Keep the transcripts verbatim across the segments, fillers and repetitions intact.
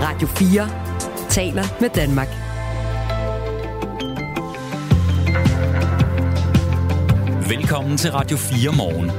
Radio fire taler med Danmark. Velkommen til Radio fire morgen.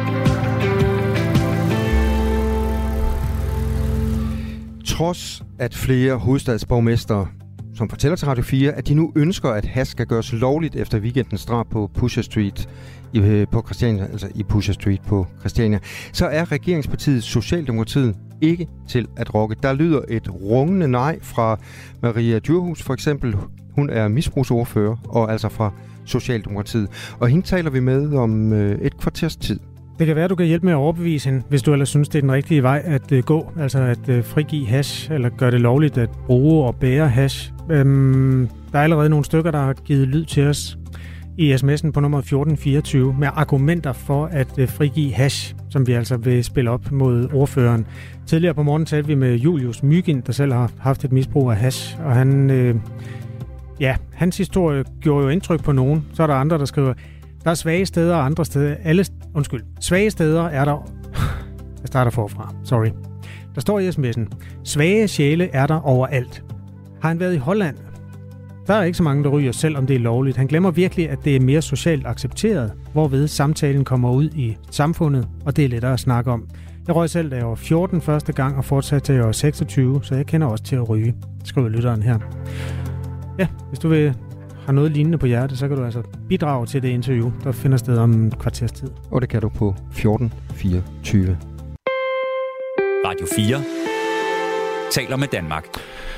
Trods at flere hovedstadsborgmestre, som fortæller til Radio fire, at de nu ønsker, at hash skal gøres lovligt efter weekendens drab på Pusher Street i, på Christiania, altså i Pusher Street på Christiania, så er regeringspartiet Socialdemokratiet ikke til at rokke. Der lyder et rungende nej fra Maria Djurhus for eksempel. Hun er misbrugsordfører og altså fra Socialdemokratiet. Og hende taler vi med om øh, et kvarters tid. Det kan være, at du kan hjælpe med at overbevise hende, hvis du ellers synes, det er den rigtige vej at uh, gå. Altså at uh, frigive hash, eller gøre det lovligt at bruge og bære hash. Øhm, der er allerede nogle stykker, der har givet lyd til os i sms'en på nummer fjorten fireogtyve med argumenter for at uh, frigive hash, som vi altså vil spille op mod ordføreren. Tidligere på morgen talte vi med Julius Mygind, der selv har haft et misbrug af hash, og han, øh, ja, hans historie gjorde jo indtryk på nogen. Så er der andre, der skriver, der er svage steder og andre steder. Alle, undskyld, svage steder er der... Jeg starter forfra, sorry. Der står i sms'en, svage sjæle er der overalt. Har han været i Holland? Der er ikke så mange, der ryger, selv om det er lovligt. Han glemmer virkelig, at det er mere socialt accepteret, hvorved samtalen kommer ud i samfundet, og det er lettere at snakke om. Jeg røg selv, da jeg var fjorten første gang, og fortsatte til jeg var seksogtyve, så jeg kender også til at ryge, skriver lytteren her. Ja, hvis du vil har noget lignende på hjertet, så kan du altså bidrage til det interview, der finder sted om en kvarters tid. Og det kan du på fjorten fireogtyve. Radio fire taler med Danmark.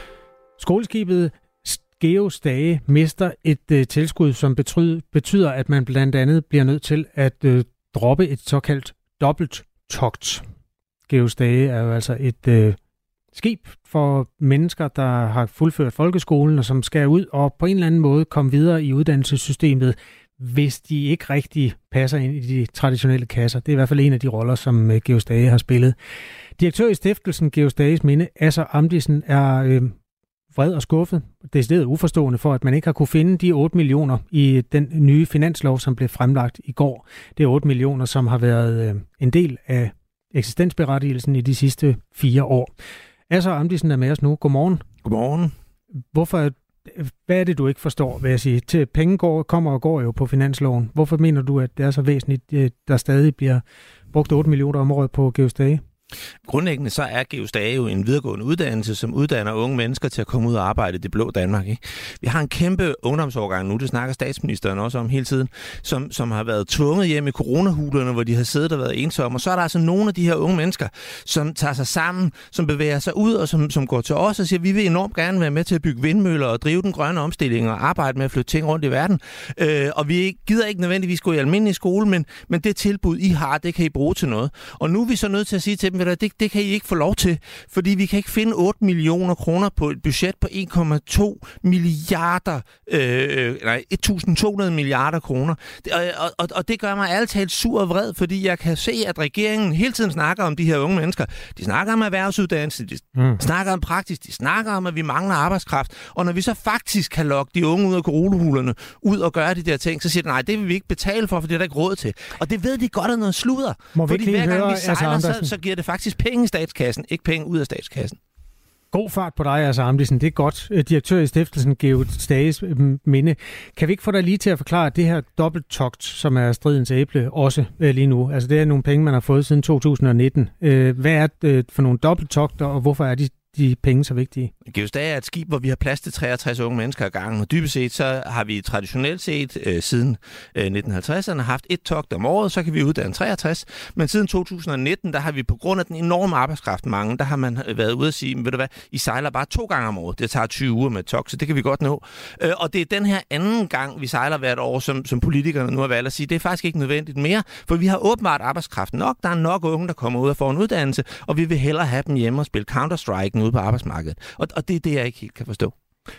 Skoleskibet Georg Stage mister et øh, tilskud, som betyder, betyder, at man blandt andet bliver nødt til at øh, droppe et såkaldt dobbelttogt. Georg Stage er jo altså et øh, skib for mennesker, der har fuldført folkeskolen og som skal ud og på en eller anden måde komme videre i uddannelsessystemet, hvis de ikke rigtig passer ind i de traditionelle kasser. Det er i hvert fald en af de roller, som øh, Georg Stage har spillet. Direktør i stiftelsen Georg Stages Minde, Asser Amdisen, er øh, vred og skuffet. Det er stedet uforstående for, at man ikke har kunne finde de otte millioner i den nye finanslov, som blev fremlagt i går. Det er otte millioner, som har været øh, en del af eksistensberettigelsen i de sidste fire år. Asser Amdisen er med os nu. Godmorgen. Godmorgen. Hvorfor, hvad er det, du ikke forstår, vil jeg sige? Til penge går, kommer og går jo på finansloven. Hvorfor mener du, at det er så væsentligt, der stadig bliver brugt otte millioner om året på Georg Stage? Grundlæggende så er Georg Stage jo en videregående uddannelse, som uddanner unge mennesker til at komme ud og arbejde i det blå Danmark. Ikke? Vi har en kæmpe ungdomsårgang nu, det snakker statsministeren også om hele tiden, som, som har været tvunget hjem i coronahulerne, hvor de har siddet og været ensomme. Og så er der altså nogle af de her unge mennesker, som tager sig sammen, som bevæger sig ud og som, som går til os og siger, vi vil enormt gerne være med til at bygge vindmøller og drive den grønne omstilling og arbejde med at flytte ting rundt i verden. Øh, og vi gider ikke nødvendigvis gå i almindelig skole, men, men det tilbud, I har, det kan I bruge til noget. Og nu er vi så nødt til at sige til dem, Det, det kan I ikke få lov til, fordi vi kan ikke finde otte millioner kroner på et budget på en komma to milliarder, øh, nej, et tusind to hundrede milliarder kroner. Det, og, og, og det gør mig ærligt talt sur og vred, fordi jeg kan se, at regeringen hele tiden snakker om de her unge mennesker. De snakker om erhvervsuddannelse, de mm. snakker om praksis, de snakker om, at vi mangler arbejdskraft. Og når vi så faktisk kan lokke de unge ud af coronahulerne, ud og gøre de der ting, så siger de, nej, det vil vi ikke betale for, for det er der ikke råd til. Og det ved de godt er noget sludder. Må fordi hver gang høre, vi sejler, altså, så, så giver det faktisk penge i statskassen, ikke penge ud af statskassen. God fart på dig, Asser Amdisen. Det er godt. Direktør i stiftelsen Georg Stages Minde. Kan vi ikke få dig lige til at forklare det her dobbelttogt, som er stridens æble, også lige nu? Altså det er nogle penge, man har fået siden to tusind nitten. Hvad er det for nogle dobbelttogter, og hvorfor er de de penge så vigtige? Georg Stage er et skib, hvor vi har plads til treogtres unge mennesker ad gangen, og dybest set så har vi traditionelt set øh, siden øh, nitten halvtredserne haft et togt om året, så kan vi uddanne treogtres, men siden to tusind nitten, der har vi på grund af den enorme arbejdskraftmangel, der har man været ude at sige, ved du hvad, I sejler bare to gange om året, det tager tyve uger med et togt, så det kan vi godt nå. Øh, og det er den her anden gang, vi sejler hvert år, som, som politikerne nu har valgt at sige, det er faktisk ikke nødvendigt mere, for vi har åbenbart arbejdskraft nok, der er nok unge, der kommer ud og får en uddannelse, og vi vil hellere have dem hjemme og spille Counter-Strike ude på arbejdsmarkedet. Og, og det er det, jeg ikke helt kan forstå.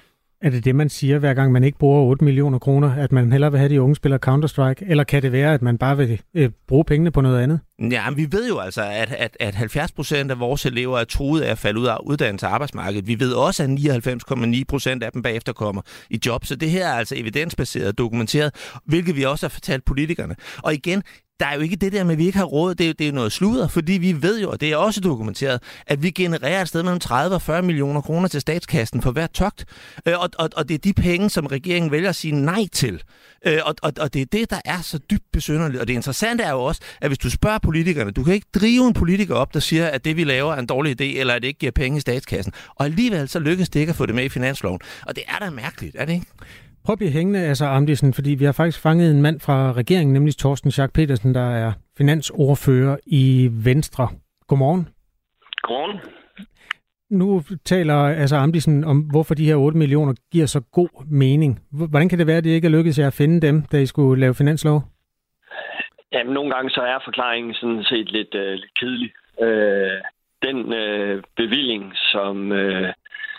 Er det det, man siger, hver gang man ikke bruger otte millioner kroner, at man hellere vil have de unge spiller Counter-Strike? Eller kan det være, at man bare vil øh, bruge pengene på noget andet? Ja, men vi ved jo altså, at, at, at halvfjerds procent af vores elever er truet af at falde ud af uddannelse og arbejdsmarkedet. Vi ved også, at nioghalvfems komma ni procent af dem bagefter kommer i job. Så det her er altså evidensbaseret og dokumenteret, hvilket vi også har fortalt politikerne. Og igen, der er jo ikke det der med, at vi ikke har råd. Det er, det er noget sludder, fordi vi ved jo, og det er også dokumenteret, at vi genererer et sted mellem tredive og fyrre millioner kroner til statskassen for hver togt. Øh, og, og, og det er de penge, som regeringen vælger at sige nej til. Øh, og, og, og det er det, der er så dybt besynderligt. Og det interessante er jo også, at hvis du spørger politikerne, du kan ikke drive en politiker op, der siger, at det vi laver er en dårlig idé, eller at det ikke giver penge i statskassen. Og alligevel så lykkes det ikke at få det med i finansloven. Og det er da mærkeligt, er det ikke? Prøv at blive hængende, altså Amdisen, fordi vi har faktisk fanget en mand fra regeringen, nemlig Torsten Schack Pedersen, der er finansordfører i Venstre. Godmorgen. Godmorgen. Nu taler altså Amdisen om, hvorfor de her otte millioner giver så god mening. Hvordan kan det være, at det ikke er lykkedes jer at finde dem, da I skulle lave finanslov? Jamen, nogle gange så er forklaringen sådan set lidt, øh, lidt kedelig. Øh, den øh, bevilling, som øh,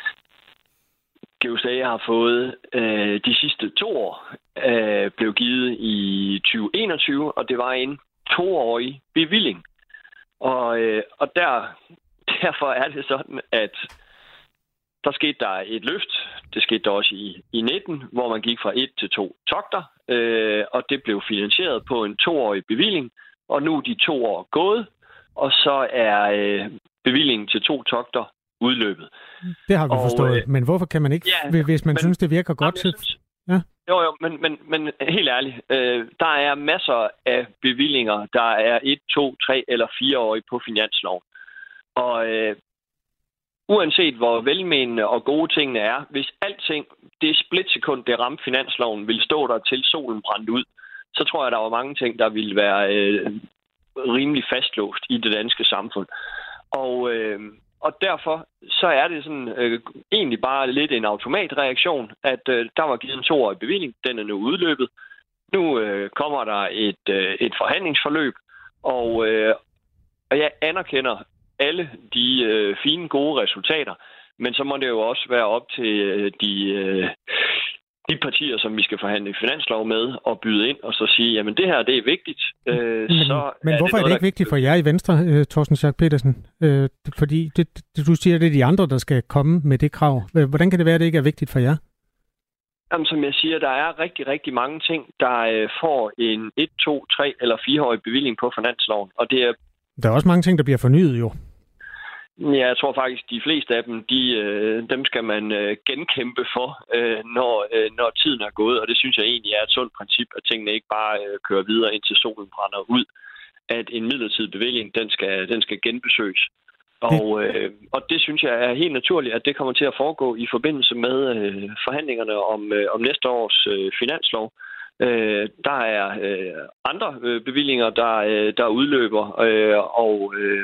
GeoStage har fået øh, de sidste to år, øh, blev givet i tyve enogtyve, og det var en toårig bevilling. Og, øh, og der, derfor er det sådan, at der skete der et løft. Det skete der også i, i nitten, hvor man gik fra et til to togter, øh, og det blev finansieret på en toårig bevilling. Og nu er de to år gået, og så er øh, bevillingen til to togter udløbet. Det har vi og, forstået, øh, men hvorfor kan man ikke, ja, hvis man men, synes, det virker godt til... Ja. Jo, jo, men, men, men helt ærligt, øh, der er masser af bevillinger, der er et, to, tre eller fireårige på finansloven. Og øh, uanset hvor velmenende og gode tingene er, hvis alting, det splitsekund, det ramte finansloven, vil stå der til solen brændte ud, så tror jeg, der var mange ting, der ville være øh, rimelig fastlåst i det danske samfund. Og... Øh, Og derfor så er det sådan øh, egentlig bare lidt en automatreaktion, at øh, der var givet en toårig bevilling, den er nu udløbet. Nu øh, kommer der et, øh, et forhandlingsforløb, og, øh, og jeg anerkender alle de øh, fine, gode resultater, men så må det jo også være op til øh, de, øh, de partier, som vi skal forhandle finanslov med, og byde ind og så sige, jamen det her, det er vigtigt. Øh, men så men er hvorfor det noget, er det ikke vigtigt for jer i Venstre, øh, Torsten Schack Pedersen? Øh, fordi det, det, du siger, det er de andre, der skal komme med det krav. Hvordan kan det være, at det ikke er vigtigt for jer? Jamen, som jeg siger, der er rigtig, rigtig mange ting, der øh, får en et, to, tre eller fireårig bevilling på finansloven. Og det er... Der er også mange ting, der bliver fornyet jo. Ja, jeg tror faktisk, de fleste af dem, de, øh, dem skal man øh, genkæmpe for, øh, når, øh, når tiden er gået. Og det synes jeg egentlig er et sundt princip, at tingene ikke bare øh, kører videre, indtil solen brænder ud. At en midlertidig bevilling, den skal, den skal genbesøges. Og, øh, og det synes jeg er helt naturligt, at det kommer til at foregå i forbindelse med øh, forhandlingerne om, øh, om næste års øh, finanslov. Øh, der er øh, andre øh, bevillinger, der, øh, der udløber, øh, og... Øh,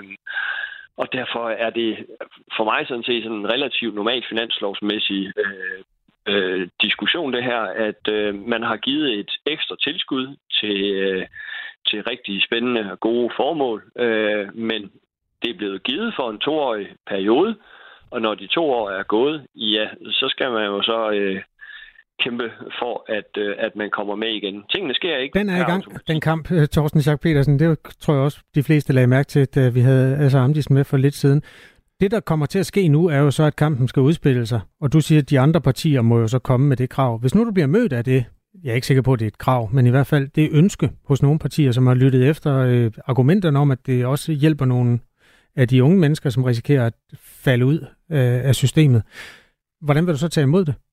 Og derfor er det for mig sådan set sådan en relativt normal finanslovsmæssig øh, øh, diskussion det her, at øh, man har givet et ekstra tilskud til, øh, til rigtig spændende og gode formål, øh, men det er blevet givet for en toårig periode, og når de to år er gået, ja, så skal man jo så øh, kæmpe for, at, øh, at man kommer med igen. Tingene sker ikke. Den er i gang, den kamp, Torsten Schack Pedersen. Det tror jeg også, de fleste lagde mærke til, da vi havde altså Amdisen med for lidt siden. Det, der kommer til at ske nu, er jo så, at kampen skal udspille sig. Og du siger, at de andre partier må jo så komme med det krav. Hvis nu du bliver mødt af det, jeg er ikke sikker på, at det er et krav, men i hvert fald det ønske hos nogle partier, som har lyttet efter øh, argumenterne om, at det også hjælper nogle af de unge mennesker, som risikerer at falde ud øh, af systemet. Hvordan vil du så tage imod det?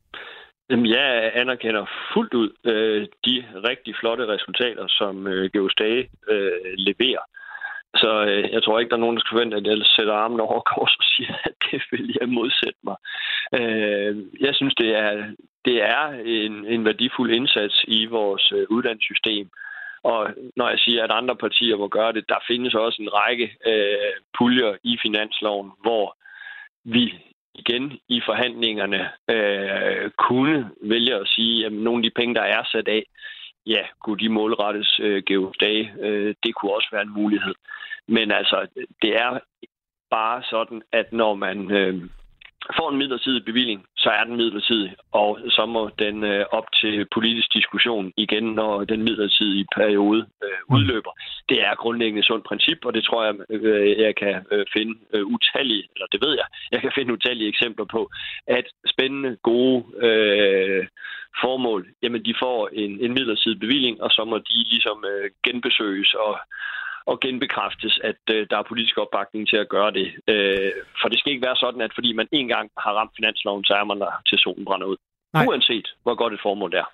Jeg anerkender fuldt ud øh, de rigtig flotte resultater, som øh, GeoStage øh, leverer. Så øh, jeg tror ikke, der er nogen, der skal forvente, at jeg sætter armen over kors og siger, at det vil jeg modsætte mig. Øh, jeg synes, det er, det er en, en værdifuld indsats i vores øh, uddannelsessystem. Og når jeg siger, at andre partier må gøre det, der findes også en række øh, puljer i finansloven, hvor vi igen i forhandlingerne øh, kunne vælge at sige, at nogle af de penge, der er sat af, ja, kunne de målrettes øh, GeoStage. Øh, det kunne også være en mulighed. Men altså, det er bare sådan, at når man, øh, får en midlertidig bevilling, så er den midlertidig, og så må den øh, op til politisk diskussion igen, når den midlertidige periode øh, udløber. Det er grundlæggende sund princip, og det tror jeg, øh, jeg kan øh, finde øh, utallige, eller det ved jeg, jeg kan finde utallige eksempler på, at spændende, gode øh, formål, jamen de får en, en midlertidig bevilling, og så må de ligesom øh, genbesøges og og genbekræftes, at øh, der er politisk opbakning til at gøre det. Øh, for det skal ikke være sådan, at fordi man en gang har ramt finansloven, så er man der til solen brænder ud. Nej. Uanset hvor godt et formål det er.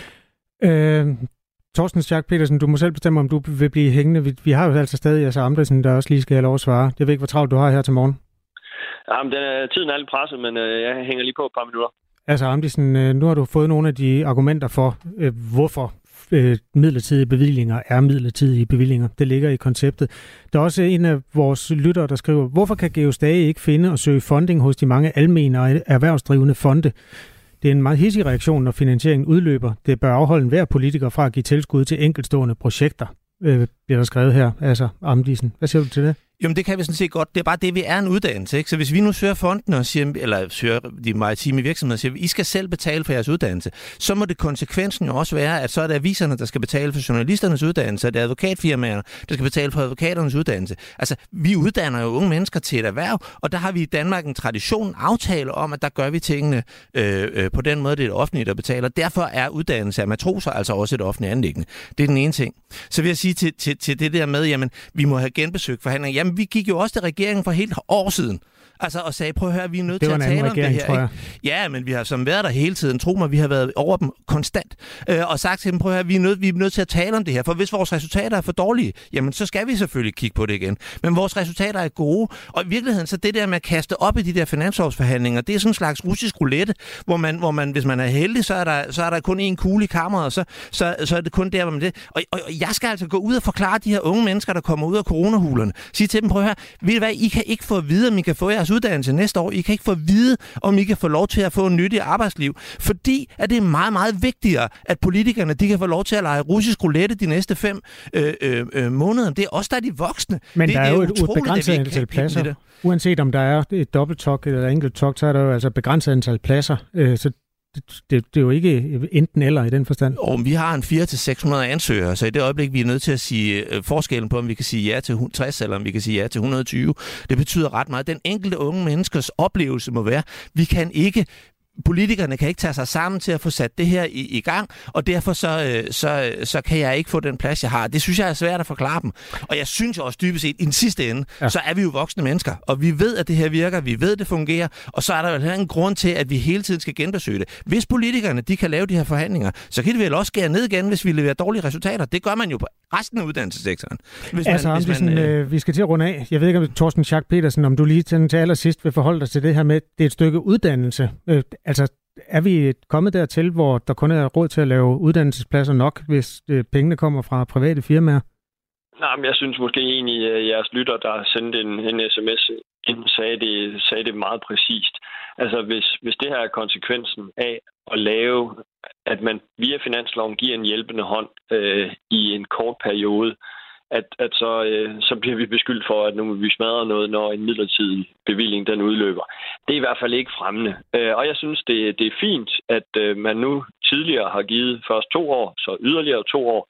Øh, Torsten Schack Petersen, du må selv bestemme, om du vil blive hængende. Vi, vi har jo altså stadig Asser Amdisen, der også lige skal have lov at svare. Jeg ved ikke, hvor travlt du har her til morgen. Jamen, den er, tiden er lidt presset, men øh, jeg hænger lige på et par minutter. Asser Amdisen, øh, nu har du fået nogle af de argumenter for, øh, hvorfor midlertidige bevillinger er midlertidige bevillinger. Det ligger i konceptet. Der er også en af vores lyttere, der skriver, hvorfor kan Georg Stage ikke finde og søge funding hos de mange almene og erhvervsdrivende fonde? Det er en meget hissig reaktion, når finansieringen udløber. Det bør afholde enhver politiker fra at give tilskud til enkeltstående projekter, øh, bliver der skrevet her. Altså, Amdisen, hvad siger du til det? Jamen, det kan vi sådan set godt. Det er bare det, vi er en uddannelse, ikke? Så hvis vi nu søger fonden og siger, eller søger de maritime virksomheder og siger, I skal selv betale for jeres uddannelse, så må det konsekvensen jo også være, at så er det aviserne, der skal betale for journalisternes uddannelse, og det er advokatfirmaerne, der skal betale for advokaternes uddannelse. Altså, vi uddanner jo unge mennesker til et erhverv, og der har vi i Danmark en tradition, aftale om, at der gør vi tingene øh, øh, på den måde, det er det offentlige, der betaler. Derfor er uddannelse af matroser altså også et offentligt anliggende. Det er den ene ting. Så vil jeg sige til, til, til det der med, jamen, vi må have genbesøgt forhandlinger. Jamen, vi gik jo også til regeringen for helt år siden. Altså, og sagde, prøv at høre, vi er nødt til at tale om det her. Ikke? Ja, men vi har som været der hele tiden. Tro mig, vi har været over dem konstant. Øh, og sagt til dem, prøv at høre, vi er, nødt, vi er nødt til at tale om det her. For hvis vores resultater er for dårlige, jamen så skal vi selvfølgelig kigge på det igen. Men vores resultater er gode. Og i virkeligheden, så det der med at kaste op i de der finanslovsforhandlinger, det er sådan en slags russisk roulette, hvor man, hvor man hvis man er heldig, så er der, så er der kun én kugle i kammeret, og så, så, så er det kun der, hvor man det. Og, og, og jeg skal altså gå ud og forklare de her unge mennesker, der kommer ud af coronahulerne. Sige til dem, prøv at høre, ved I hvad, I kan ikke få at vide, om I kan få jeres uddannelse næste år. I kan ikke få at vide, om I kan få lov til at få en nyttig arbejdsliv. Fordi at det er meget, meget vigtigere, at politikerne de kan få lov til at lege russisk roulette de næste fem øh, øh, måneder. Det er også der er de voksne. Men det, der det er, er jo et begrænset antal pladser. Uanset om der er et dobbelttok eller enkelttok, så er der jo altså begrænset antal pladser. Øh, så Det, det, det er jo ikke enten eller i den forstand. Og vi har en fire til seks hundrede ansøgere, så i det øjeblik, vi er nødt til at sige uh, forskellen på, om vi kan sige ja til tres, eller om vi kan sige ja til et hundrede og tyve. Det betyder ret meget. Den enkelte unge menneskers oplevelse må være, vi kan ikke politikerne kan ikke tage sig sammen til at få sat det her i, i gang, og derfor så, så, så kan jeg ikke få den plads, jeg har. Det synes jeg er svært at forklare dem. Og jeg synes også dybest set, i den sidste ende, ja. så er vi jo voksne mennesker, og vi ved, at det her virker, vi ved, at det fungerer, og så er der jo en grund til, at vi hele tiden skal genbesøge det. Hvis politikerne, de kan lave de her forhandlinger, så kan de vel også skære ned igen, hvis vi leverer dårlige resultater. Det gør man jo på resten af uddannelsessektoren. Hvis altså, man, hvis man, sådan, øh, vi skal til at runde af. Jeg ved ikke, om Torsten Schack Petersen, om du lige til, til allersidst vil forholde dig til det her med, det er et stykke uddannelse. Øh, altså, er vi kommet dertil, hvor der kun er råd til at lave uddannelsespladser nok, hvis øh, pengene kommer fra private firmaer? Nej, men jeg synes måske egentlig, at jeres lytter, der sendte en, en sms ind, sagde det, sagde det meget præcist. Altså, hvis, hvis det her er konsekvensen af at lave, at man via finansloven giver en hjælpende hånd øh, i en kort periode, at, at så, øh, så bliver vi beskyldt for, at nu må vi smadre noget, når en midlertidig bevilling den udløber. Det er i hvert fald ikke fremmende. Øh, og jeg synes, det, det er fint, at øh, man nu tidligere har givet først to år, så yderligere to år.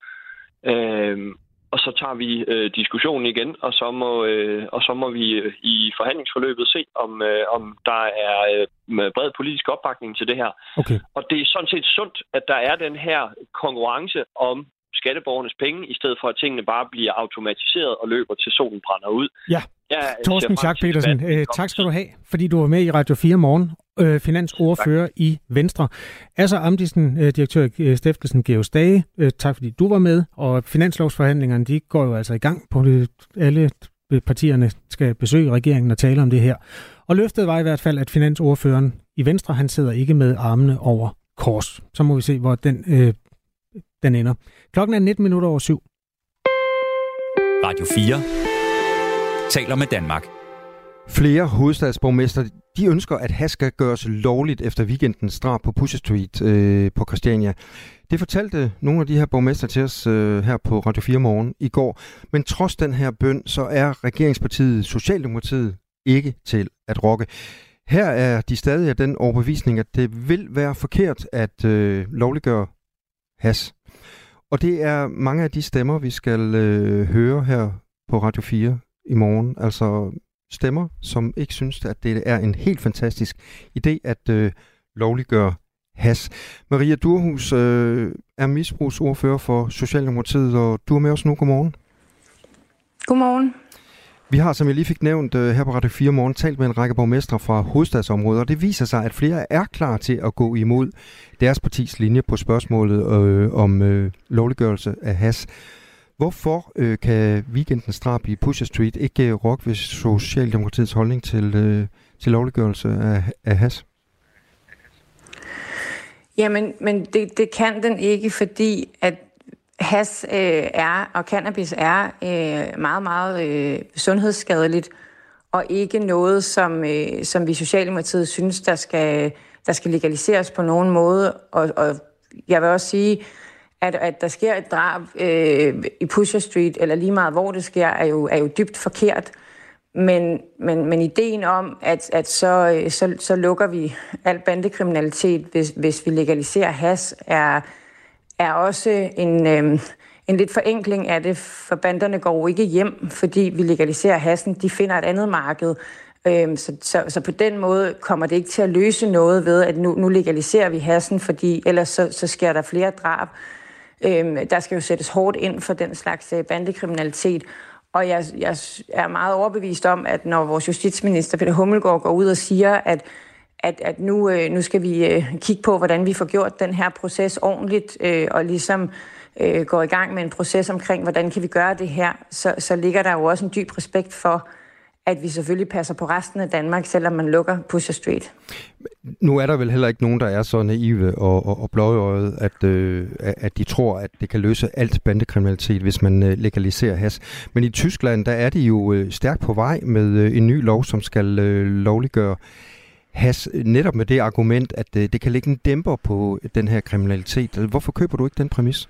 Øh, og så tager vi øh, diskussionen igen, og så må, øh, og så må vi øh, i forhandlingsforløbet se, om, øh, om der er øh, bred politisk opbakning til det her. Okay. Og det er sådan set sundt, at der er den her konkurrence om skatteborgernes penge, i stedet for at tingene bare bliver automatiseret og løber til solen brænder ud. Ja, ja Torsten Schack Petersen, øh, tak skal du have, fordi du var med i Radio fire Morgen, øh, finansordfører tak. i Venstre. Asser Amdisen, øh, direktør i Stiftelsen Georg Stage, øh, tak fordi du var med, og finanslovsforhandlingerne, de går jo altså i gang på det. Alle partierne skal besøge regeringen og tale om det her. Og løftet var i hvert fald, at finansordføreren i Venstre, han sidder ikke med armene over kors. Så må vi se, hvor den øh, den ender. Klokken er nitten minutter over syv. Radio fire taler med Danmark. Flere hovedstadsborgmester, de ønsker, at hash skal gøres lovligt efter weekendens drab på Pusher Street øh, på Christiania. Det fortalte nogle af de her borgmester til os øh, her på Radio fire Morgen i går. Men trods den her bøn, så er regeringspartiet Socialdemokratiet ikke til at rokke. Her er de stadig af den overbevisning, at det vil være forkert at øh, lovliggøre hash. Og det er mange af de stemmer, vi skal øh, høre her på Radio fire i morgen. Altså stemmer, som ikke synes, at det er en helt fantastisk idé at øh, lovliggøre hash. Maria Durhuus øh, er misbrugsordfører for Socialdemokratiet, og du er med os nu. Godmorgen. Godmorgen. Vi har, som jeg lige fik nævnt øh, her på Radio fire morgen, talt med en række borgmestre fra hovedstadsområdet, og det viser sig, at flere er klar til at gå imod deres partis linje på spørgsmålet øh, om øh, lovliggørelse af hash. Hvorfor øh, kan weekendens drab i Pusher Street ikke øh, rokke ved Socialdemokratiets holdning til, øh, til lovliggørelse af, af hash? Jamen, men det, det kan den ikke, fordi at hash øh, er, og cannabis er øh, meget, meget øh, sundhedsskadeligt, og ikke noget, som, øh, som vi i Socialdemokratiet synes, der skal, der skal legaliseres på nogen måde. Og, og jeg vil også sige, at, at der sker et drab øh, i Pusher Street, eller lige meget hvor det sker, er jo, er jo dybt forkert. Men, men, men ideen om, at, at så, så, så lukker vi al bandekriminalitet, hvis, hvis vi legaliserer hash, er, er også en, øh, en lidt forenkling af det, for banderne går jo ikke hjem, fordi vi legaliserer hashen. De finder et andet marked. Øh, så, så, så på den måde kommer det ikke til at løse noget ved, at nu, nu legaliserer vi hashen, fordi ellers så, så sker der flere drab. Øh, der skal jo sættes hårdt ind for den slags bandekriminalitet. Og jeg, jeg er meget overbevist om, at når vores justitsminister Peter Hummelgaard går ud og siger, at, at, at nu, øh, nu skal vi øh, kigge på, hvordan vi får gjort den her proces ordentligt, øh, og ligesom øh, går i gang med en proces omkring, hvordan kan vi gøre det her, så, så ligger der jo også en dyb respekt for, at vi selvfølgelig passer på resten af Danmark, selvom man lukker Pusher Street. Nu er der vel heller ikke nogen, der er så naive og, og, og blåøjede, at, øh, at de tror, at det kan løse alt bandekriminalitet, hvis man øh, legaliserer hash. Men i Tyskland, der er de jo øh, stærkt på vej med øh, en ny lov, som skal øh, lovliggøre hash, netop med det argument, at øh, det kan lægge en dæmper på den her kriminalitet. Hvorfor køber du ikke den præmis?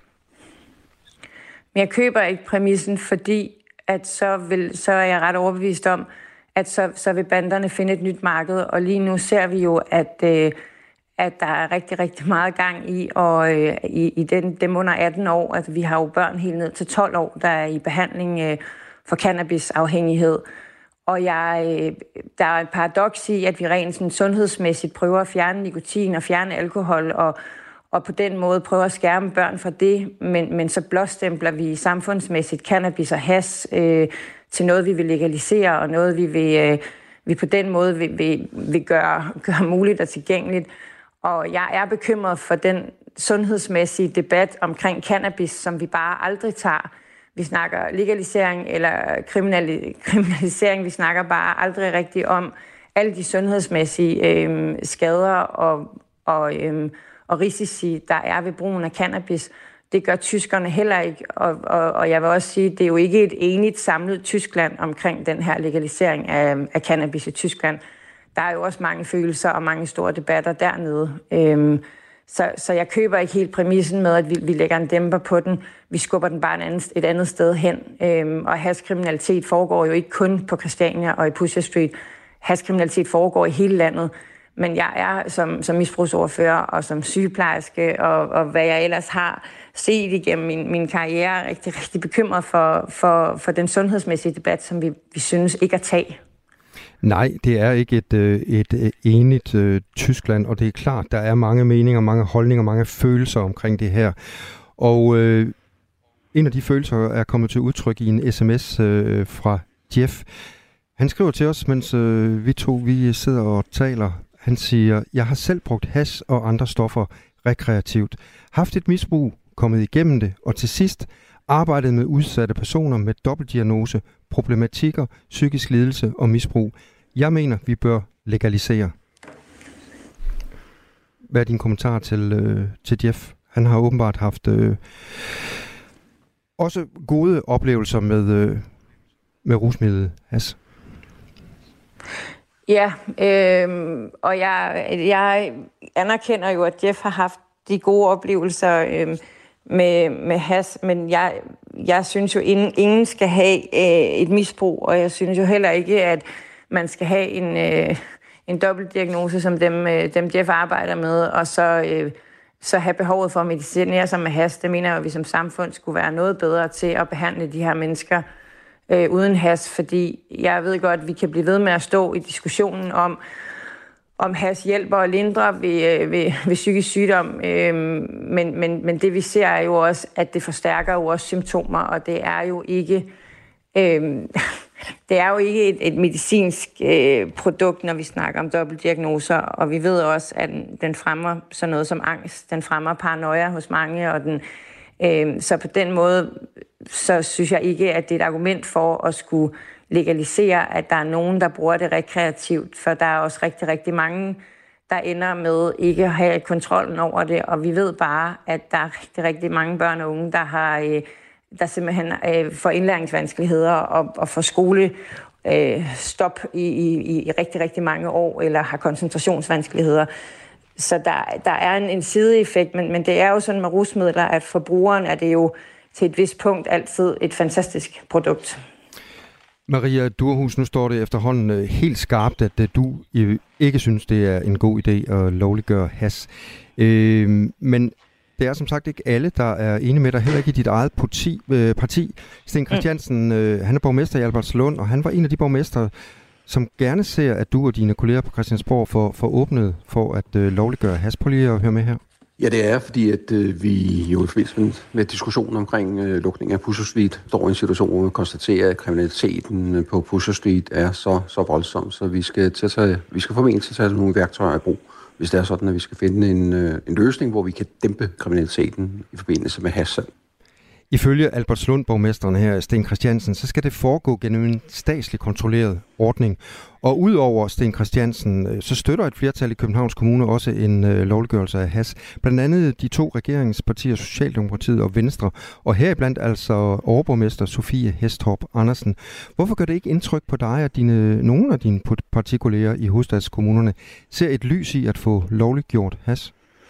Men jeg køber ikke præmissen, fordi at så, vil, så er jeg ret overbevist om, at så, så vil banderne finde et nyt marked. Og lige nu ser vi jo, at, øh, at der er rigtig, rigtig meget gang i, og øh, i, i den, dem under atten år. Altså, vi har jo børn helt ned til tolv år, der er i behandling øh, for cannabisafhængighed. Og jeg, øh, der er et paradoks i, at vi rent sådan sundhedsmæssigt prøver at fjerne nikotin og fjerne alkohol, og og på den måde prøver at skærme børn fra det, men, men så blåstempler vi samfundsmæssigt cannabis og hash øh, til noget, vi vil legalisere, og noget, vi vil, øh, vi på den måde vil, vil, vil gøre, gøre muligt og tilgængeligt. Og jeg er bekymret for den sundhedsmæssige debat omkring cannabis, som vi bare aldrig tager. Vi snakker legalisering eller kriminali- kriminalisering, vi snakker bare aldrig rigtigt om alle de sundhedsmæssige øh, skader og, og øh, og risici, der er ved brugen af cannabis. Det gør tyskerne heller ikke, og, og, og jeg vil også sige, det er jo ikke et enigt samlet Tyskland omkring den her legalisering af, af cannabis i Tyskland. Der er jo også mange følelser og mange store debatter dernede. Øhm, så, så jeg køber ikke helt præmissen med, at vi, vi lægger en dæmper på den. Vi skubber den bare et andet, et andet sted hen. Øhm, og hashkriminalitet foregår jo ikke kun på Christiania og i Pusher Street. Hashkriminalitet foregår i hele landet. Men jeg er som, som misbrugsordfører og som sygeplejerske, og, og hvad jeg ellers har set igennem min, min karriere, rigtig, rigtig bekymret for, for, for den sundhedsmæssige debat, som vi, vi synes ikke at tage. Nej, det er ikke et, et, et enigt uh, Tyskland, og det er klart, der er mange meninger, mange holdninger, mange følelser omkring det her. Og uh, en af de følelser er kommet til udtryk i en sms uh, fra Jeff. Han skriver til os, mens uh, vi to vi sidder og taler. Han siger, jeg har selv brugt hash og andre stoffer rekreativt, haft et misbrug, kommet igennem det, og til sidst arbejdet med udsatte personer med dobbeltdiagnose, problematikker, psykisk lidelse og misbrug. Jeg mener, vi bør legalisere. Hvad er din kommentar til, øh, til Jeff? Han har åbenbart haft øh, også gode oplevelser med, øh, med rusmidlet hash. Ja, øh, og jeg, jeg anerkender jo, at Jeff har haft de gode oplevelser øh, med, med hash, men jeg, jeg synes jo, ingen, ingen skal have øh, et misbrug, og jeg synes jo heller ikke, at man skal have en, øh, en dobbeltdiagnose, som dem, øh, dem Jeff arbejder med, og så, øh, så have behovet for at medicinere sig med hash. Det mener jeg, at vi som samfund skulle være noget bedre til at behandle de her mennesker øh, uden hash, fordi jeg ved godt, at vi kan blive ved med at stå i diskussionen om, om hash hjælper og lindrer ved, ved, ved psykisk sygdom. Øhm, men, men, men det vi ser er jo også, at det forstærker jo også symptomer, og det er jo ikke, øhm, det er jo ikke et, et medicinsk øh, produkt, når vi snakker om dobbeltdiagnoser, og vi ved også, at den, den fremmer sådan noget som angst, den fremmer paranoia hos mange, og den, øh, så på den måde, så synes jeg ikke, at det er et argument for at skulle legalisere, at der er nogen, der bruger det rekreativt, for der er også rigtig, rigtig mange, der ender med ikke at have kontrollen over det, og vi ved bare, at der er rigtig, rigtig mange børn og unge, der har øh, der simpelthen øh, får indlæringsvanskeligheder og, og får skole øh, stop i, i, i rigtig, rigtig mange år, eller har koncentrationsvanskeligheder. Så der, der er en, en sideeffekt, men, men det er jo sådan med rusmidler, at for brugeren er det jo til et vist punkt altid et fantastisk produkt. Maria Durhuus, nu står det efterhånden helt skarpt, at du ikke synes, det er en god idé at lovliggøre hash. Øh, men det er som sagt ikke alle, der er enige med dig, heller ikke i dit eget parti. parti. Sten Christiansen, mm. han er borgmester i Albertslund, og han var en af de borgmestre, som gerne ser, at du og dine kolleger på Christiansborg får, får åbnet for at øh, lovliggøre hash. Prøv lige at høre med her. Ja, det er, fordi at øh, vi jo i forbindelse med diskussionen omkring øh, lukning af Pusher Street står i en situation, hvor vi konstaterer, at kriminaliteten på Pusher Street er så, så voldsom, så vi skal, til at tage, vi skal formentlig til at tage nogle værktøjer i brug, hvis det er sådan, at vi skal finde en, øh, en løsning, hvor vi kan dæmpe kriminaliteten i forbindelse med hashsalg. Ifølge Albertslund-borgmesteren her, Sten Christiansen, så skal det foregå gennem en statsligt kontrolleret ordning. Og udover Sten Christiansen, så støtter et flertal i Københavns Kommune også en øh, lovliggørelse af hash. Blandt andet de to regeringspartier, Socialdemokratiet og Venstre, og heriblandt altså overborgmester Sofie Hestorp Andersen. Hvorfor gør det ikke indtryk på dig, at dine, nogle af dine partikolleger i hovedstadskommunerne ser et lys i at få lovliggjort hash?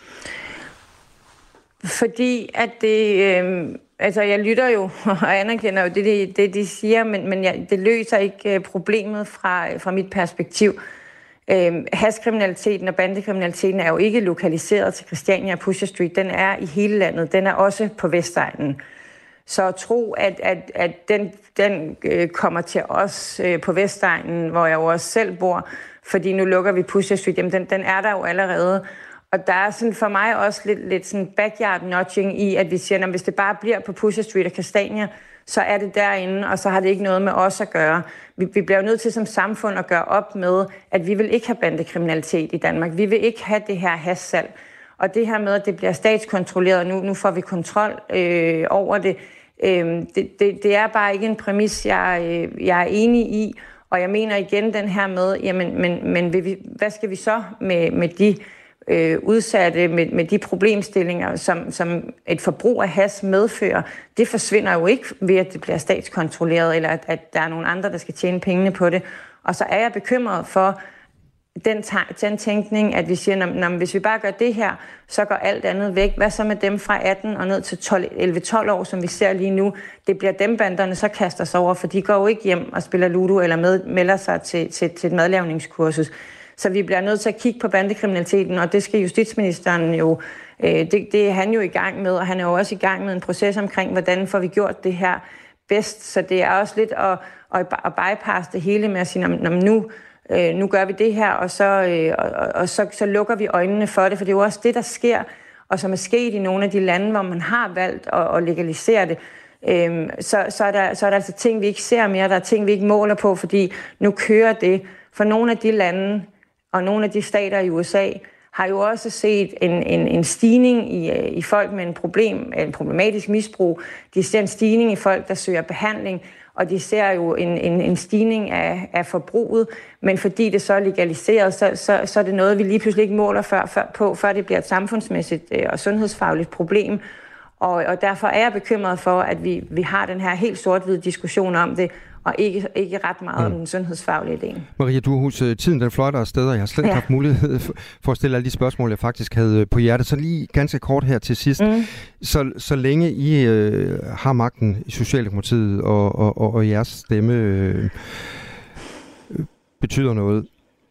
Fordi at det, øh, altså jeg lytter jo og anerkender jo det, det, det de siger, men, men jeg, det løser ikke problemet fra, fra mit perspektiv. Øh, hashkriminaliteten og bandekriminaliteten er jo ikke lokaliseret til Christiania og Pusher Street. Den er i hele landet. Den er også på Vestegnen. Så at tro, at, at, at den, den øh, kommer til os øh, på Vestegnen, hvor jeg jo også selv bor, fordi nu lukker vi Pusher Street, jamen den, den er der jo allerede. Og der er sådan for mig også lidt, lidt sådan backyard nudging i, at vi siger, at hvis det bare bliver på Pusher Street og Christiania, så er det derinde, og så har det ikke noget med os at gøre. Vi, vi bliver jo nødt til som samfund at gøre op med, at vi vil ikke have bandekriminalitet i Danmark. Vi vil ikke have det her hashsalg. Og det her med, at det bliver statskontrolleret, nu, nu får vi kontrol øh, over det, øh, det, det, det er bare ikke en præmis, jeg, øh, jeg er enig i. Og jeg mener igen den her med, jamen, men, men vi, hvad skal vi så med, med de Øh, udsatte med, med de problemstillinger, som, som et forbrug af hash medfører, det forsvinder jo ikke ved, at det bliver statskontrolleret, eller at, at der er nogle andre, der skal tjene pengene på det. Og så er jeg bekymret for den, den tænkning, at vi siger, når, når, hvis vi bare gør det her, så går alt andet væk. Hvad så med dem fra atten og ned til elleve tolv år, som vi ser lige nu? Det bliver dem, banderne så kaster sig over, for de går jo ikke hjem og spiller ludo, eller med, melder sig til, til, til et madlavningskursus. Så vi bliver nødt til at kigge på bandekriminaliteten, og det skal justitsministeren jo, øh, det, det er han jo i gang med, og han er jo også i gang med en proces omkring, hvordan får vi gjort det her bedst. Så det er også lidt at, at, at bypasse det hele med at sige, nu, øh, nu gør vi det her, og, så, øh, og, og så, så lukker vi øjnene for det, for det er jo også det, der sker, og som er sket i nogle af de lande, hvor man har valgt at, at legalisere det. Øh, så, så, er der, så er der altså ting, vi ikke ser mere, der er ting, vi ikke måler på, fordi nu kører det. For nogle af de lande, og nogle af de stater i U S A har jo også set en, en, en stigning i, i folk med en, problem, en problematisk misbrug. De ser en stigning i folk, der søger behandling, og de ser jo en, en, en stigning af, af forbruget. Men fordi det så er legaliseret, så, så, så er det noget, vi lige pludselig ikke måler før, før, på, før det bliver et samfundsmæssigt og sundhedsfagligt problem. Og, og derfor er jeg bekymret for, at vi, vi har den her helt sort-hvide diskussion om det, og ikke, ikke ret meget mm. om den sundhedsfaglige del. Maria Durhuus, tiden den fløjter afsted, og jeg har slet ikke ja. haft mulighed for at stille alle de spørgsmål, jeg faktisk havde på hjertet. Så lige ganske kort her til sidst. Mm. Så, så længe I øh, har magten i Socialdemokratiet, og, og, og, og jeres stemme øh, betyder noget,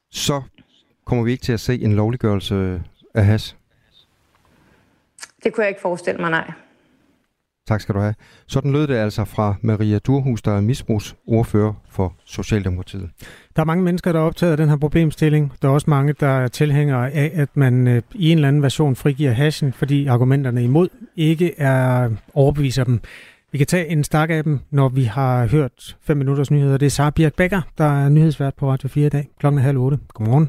så kommer vi ikke til at se en lovliggørelse af hash? Det kunne jeg ikke forestille mig, nej. Tak skal du have. Sådan lød det altså fra Maria Durhuus, der er misbrugsordfører for Socialdemokratiet. Der er mange mennesker, der er optaget af den her problemstilling. Der er også mange, der er tilhængere af, at man øh, i en eller anden version frigiver hashen, fordi argumenterne imod ikke er overbeviser dem. Vi kan tage en stak af dem, når vi har hørt fem minutters nyheder. Det er Sara Birk Becker, der er nyhedsvært på Radio fire i dag. Klokken er halv otte. Godmorgen.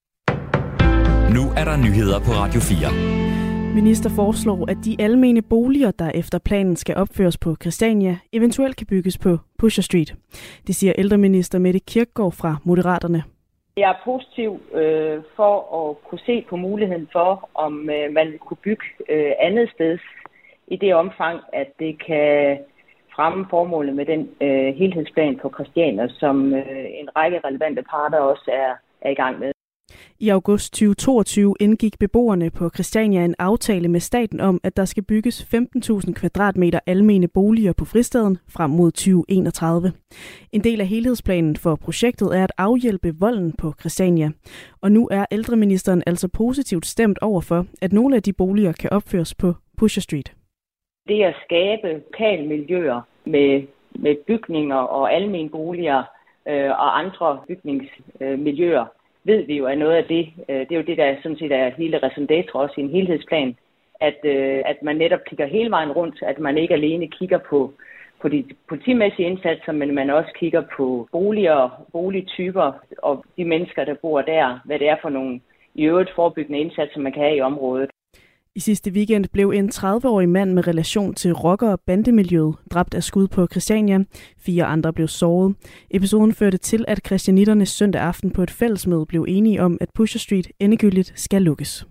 Nu er der nyheder på Radio fire. Minister foreslår, at de almene boliger, der efter planen skal opføres på Christiania, eventuelt kan bygges på Pusher Street. Det siger ældreminister Mette Kirkegaard fra Moderaterne. Jeg er positiv øh, for at kunne se på muligheden for, om øh, man kunne bygge øh, andet sted i det omfang, at det kan fremme formålet med den øh, helhedsplan på Christiania, som øh, en række relevante parter også er, er i gang med. I august tyve toogtyve indgik beboerne på Christiania en aftale med staten om, at der skal bygges femten tusind kvadratmeter almene boliger på fristaden frem mod tyve enogtredive. En del af helhedsplanen for projektet er at afhjælpe volden på Christiania. Og nu er ældreministeren altså positivt stemt over for, at nogle af de boliger kan opføres på Pusher Street. Det at skabe lokalmiljøer med, med bygninger og almene boliger øh, og andre bygningsmiljøer, ved vi jo er noget af det. Det er jo det, der sådan set er hele raison d'être også i en helhedsplan, at, at man netop kigger hele vejen rundt, at man ikke alene kigger på, på de politimæssige indsatser, men man også kigger på boliger, boligtyper og de mennesker, der bor der, hvad det er for nogle i øvrigt forebyggende indsatser, man kan have i området. I sidste weekend blev en tredive-årig mand med relation til rocker- og bandemiljøet dræbt af skud på Christiania. Fire andre blev såret. Episoden førte til, at christianitterne søndag aften på et fællesmøde blev enige om, at Pusher Street endegyldigt skal lukkes.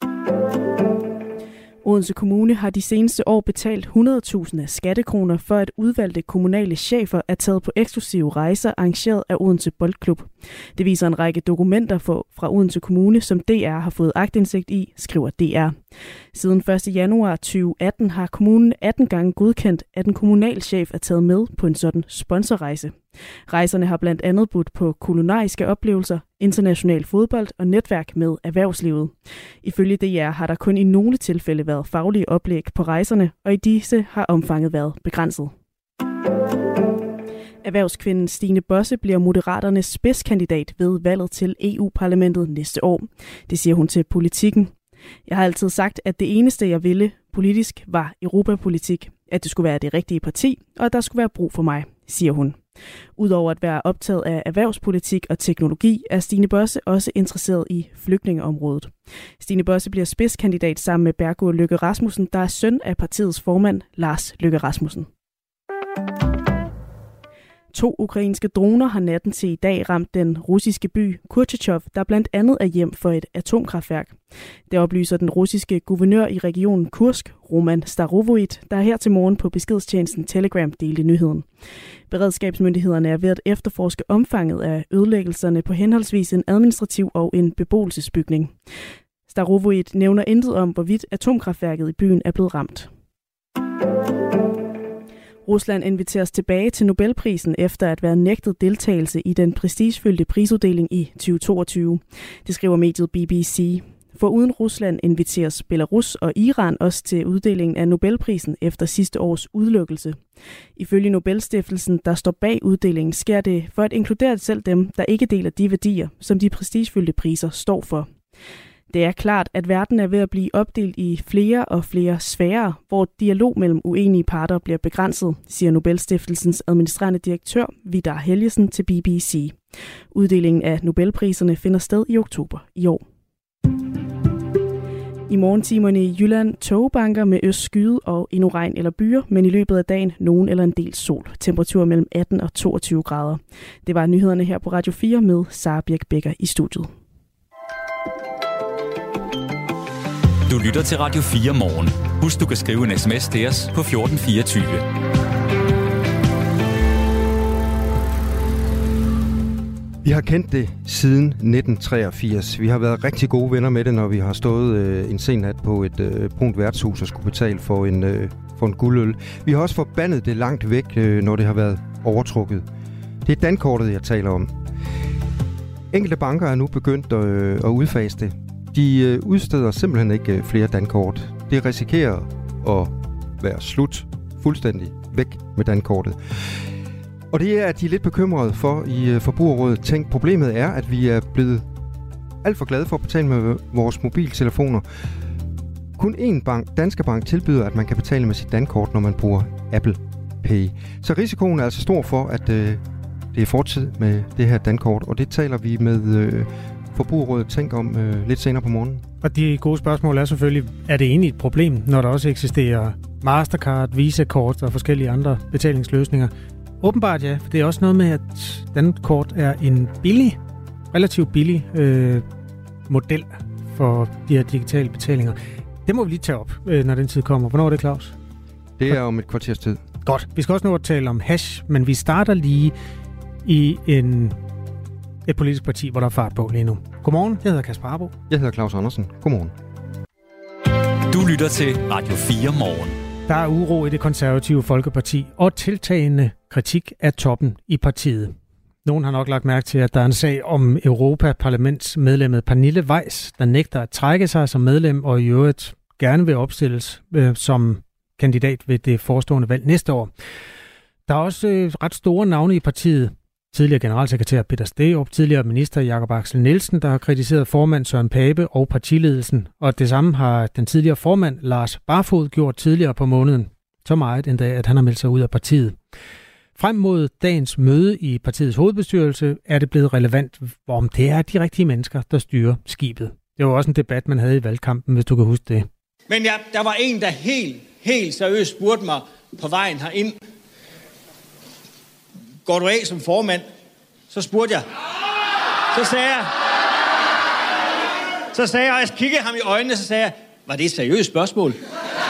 Odense Kommune har de seneste år betalt hundrede tusind af skattekroner for, at udvalgte kommunale chefer er taget på eksklusive rejser arrangeret af Odense Boldklub. Det viser en række dokumenter fra Odense Kommune, som D R har fået aktindsigt i, skriver D R. Siden første januar tyve atten har kommunen atten gange godkendt, at en kommunalchef er taget med på en sådan sponsorrejse. Rejserne har blandt andet budt på kulinariske oplevelser, international fodbold og netværk med erhvervslivet. Ifølge D R har der kun i nogle tilfælde været faglige oplæg på rejserne, og i disse har omfanget været begrænset. Erhvervskvinden Stine Bosse bliver Moderaternes spidskandidat ved valget til E U-parlamentet næste år. Det siger hun til Politikken. Jeg har altid sagt, at det eneste, jeg ville politisk, var europapolitik. At det skulle være det rigtige parti, og at der skulle være brug for mig, siger hun. Udover at være optaget af erhvervspolitik og teknologi, er Stine Bosse også interesseret i flygtningeområdet. Stine Bosse bliver spidskandidat sammen med Bergur Løkke Rasmussen, der er søn af partiets formand, Lars Løkke Rasmussen. To ukrainske droner har natten til i dag ramt den russiske by Kurtjatjov, der blandt andet er hjem for et atomkraftværk. Det oplyser den russiske guvernør i regionen Kursk, Roman Starovoit, der her til morgen på beskedstjenesten Telegram delte nyheden. Beredskabsmyndighederne er ved at efterforske omfanget af ødelæggelserne på henholdsvis en administrativ og en beboelsesbygning. Starovoit nævner intet om, hvorvidt atomkraftværket i byen er blevet ramt. Rusland inviteres tilbage til Nobelprisen efter at være nægtet deltagelse i den prestigefyldte prisuddeling i tyve toogtyve. Det skriver mediet B B C. For uden Rusland inviteres Belarus og Iran også til uddelingen af Nobelprisen efter sidste års udelukkelse. Ifølge Nobelstiftelsen, der står bag uddelingen, sker det for at inkludere selv dem, der ikke deler de værdier, som de prestigefyldte priser står for. Det er klart, at verden er ved at blive opdelt i flere og flere sfærer, hvor dialog mellem uenige parter bliver begrænset, siger Nobelstiftelsens administrerende direktør Vidar Helgesen til B B C. Uddelingen af Nobelpriserne finder sted i oktober i år. I morgentimerne i Jylland togbanker med østskyde og endnu regn eller byer, men i løbet af dagen nogen eller en del sol. Temperatur mellem atten og toogtyve grader. Det var nyhederne her på Radio fire med Sara Birk Becker i studiet. Du lytter til Radio fire morgen. Husk, du kan skrive en sms til os på fjorten fireogtyve. Vi har kendt det siden nitten treogfirs. Vi har været rigtig gode venner med det, når vi har stået øh, en sen nat på et øh, brunt værtshus og skulle betale for en, øh, for en guldøl. Vi har også forbandet det langt væk, øh, når det har været overtrukket. Det er dankortet, jeg taler om. Enkelte banker er nu begyndt øh, at udfase det. De øh, udsteder simpelthen ikke øh, flere dankort. Det risikerer at være slut fuldstændig væk med dankortet. Og det er de lidt bekymrede for i øh, Forbrugerrådet Tænk. Problemet er, at vi er blevet alt for glade for at betale med vores mobiltelefoner. Kun én bank, Danske Bank, tilbyder, at man kan betale med sit dankort, når man bruger Apple Pay. Så risikoen er altså stor for, at øh, det er fortid med det her dankort, og det taler vi med øh, Forbrugerrådet Tænk om øh, lidt senere på morgenen. Og de gode spørgsmål er selvfølgelig, er det egentlig et problem, når der også eksisterer Mastercard, Visa-kort og forskellige andre betalingsløsninger? Åbenbart ja, for det er også noget med, at dankort er en billig, relativt billig øh, model for de her digitale betalinger. Det må vi lige tage op, øh, når den tid kommer. Hvornår er det, Claus? Det er om et kvarters tid. Godt. Vi skal også nå at tale om hash, men vi starter lige i en, et politisk parti, hvor der er fart på lige nu. Godmorgen, jeg hedder Kasper Harbo. Jeg hedder Claus Andersen. Godmorgen. Du lytter til Radio fire Morgen. Der er uro i det konservative Folkeparti og tiltagende kritik af toppen i partiet. Nogen har nok lagt mærke til, at der er en sag om Europaparlamentsmedlemmet Pernille Weiss, der nægter at trække sig som medlem og i øvrigt gerne vil opstilles øh, som kandidat ved det forestående valg næste år. Der er også øh, ret store navne i partiet. Tidligere generalsekretær Peter Sterup, tidligere minister Jakob Axel Nielsen, der har kritiseret formand Søren Pape og partiledelsen. Og det samme har den tidligere formand Lars Barfoed gjort tidligere på måneden. Så meget endda, at han har meldt sig ud af partiet. Frem mod dagens møde i partiets hovedbestyrelse er det blevet relevant, om det er de rigtige mennesker, der styrer skibet. Det var også en debat, man havde i valgkampen, hvis du kan huske det. Men ja, der var en, der helt, helt seriøst spurgte mig på vejen herind. Går du af som formand? Så spurgte jeg. Så sagde jeg. Så sagde jeg, og jeg kiggede ham i øjnene, så sagde jeg, var det et seriøst spørgsmål? Så.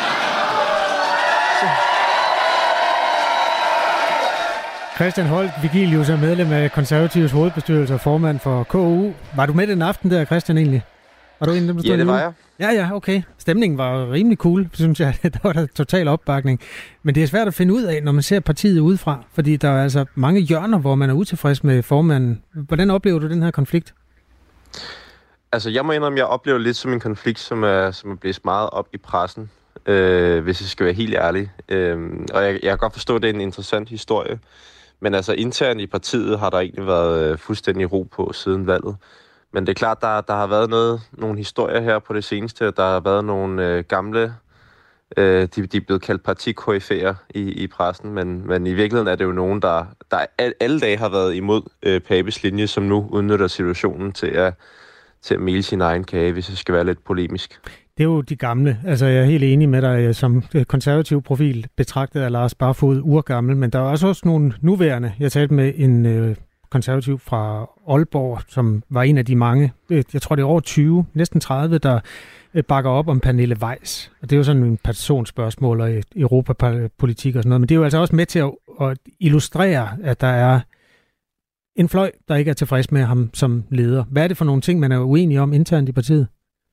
Christian Holt Vigilius er medlem af Konservatives hovedbestyrelse og formand for K U. Var du med den aften der, Christian, egentlig? Var du en af dem, der stod Ja, det var jeg. Ja, ja, okay. Stemningen var rimelig cool, synes jeg. Der var der total opbakning. Men det er svært at finde ud af, når man ser partiet udefra, fordi der er altså mange hjørner, hvor man er utilfreds med formanden. Hvordan oplever du den her konflikt? Altså, jeg må indrømme, jeg oplever lidt som en konflikt, som er, som er blevet meget op i pressen, øh, hvis jeg skal være helt ærlig. Øh, og jeg, jeg kan godt forstå, at det er en interessant historie. Men altså, internt i partiet har der egentlig været øh, fuldstændig ro på siden valget. Men det er klart, der, der har været noget, nogle historier her på det seneste. Der har været nogle øh, gamle, øh, de, de er blevet kaldt partikoriferer i, i pressen, men, men i virkeligheden er det jo nogen, der, der alle dage har været imod øh, Papes linje, som nu udnytter situationen til at, til at mele sin egen kage, hvis det skal være lidt polemisk. Det er jo de gamle. Altså, jeg er helt enig med dig, som konservativ profil betragtet af Lars Barfoed urgammel, men der er også, også nogle nuværende. Jeg talte med en øh, konservativ fra Aalborg, som var en af de mange, jeg tror det er over tyve, næsten tredive, der bakker op om Pernille Weiss. Og det er jo sådan en personspørgsmål og europapolitik og sådan noget, men det er jo altså også med til at, at illustrere, at der er en fløj, der ikke er tilfreds med ham som leder. Hvad er det for nogle ting, man er uenig om internt i partiet?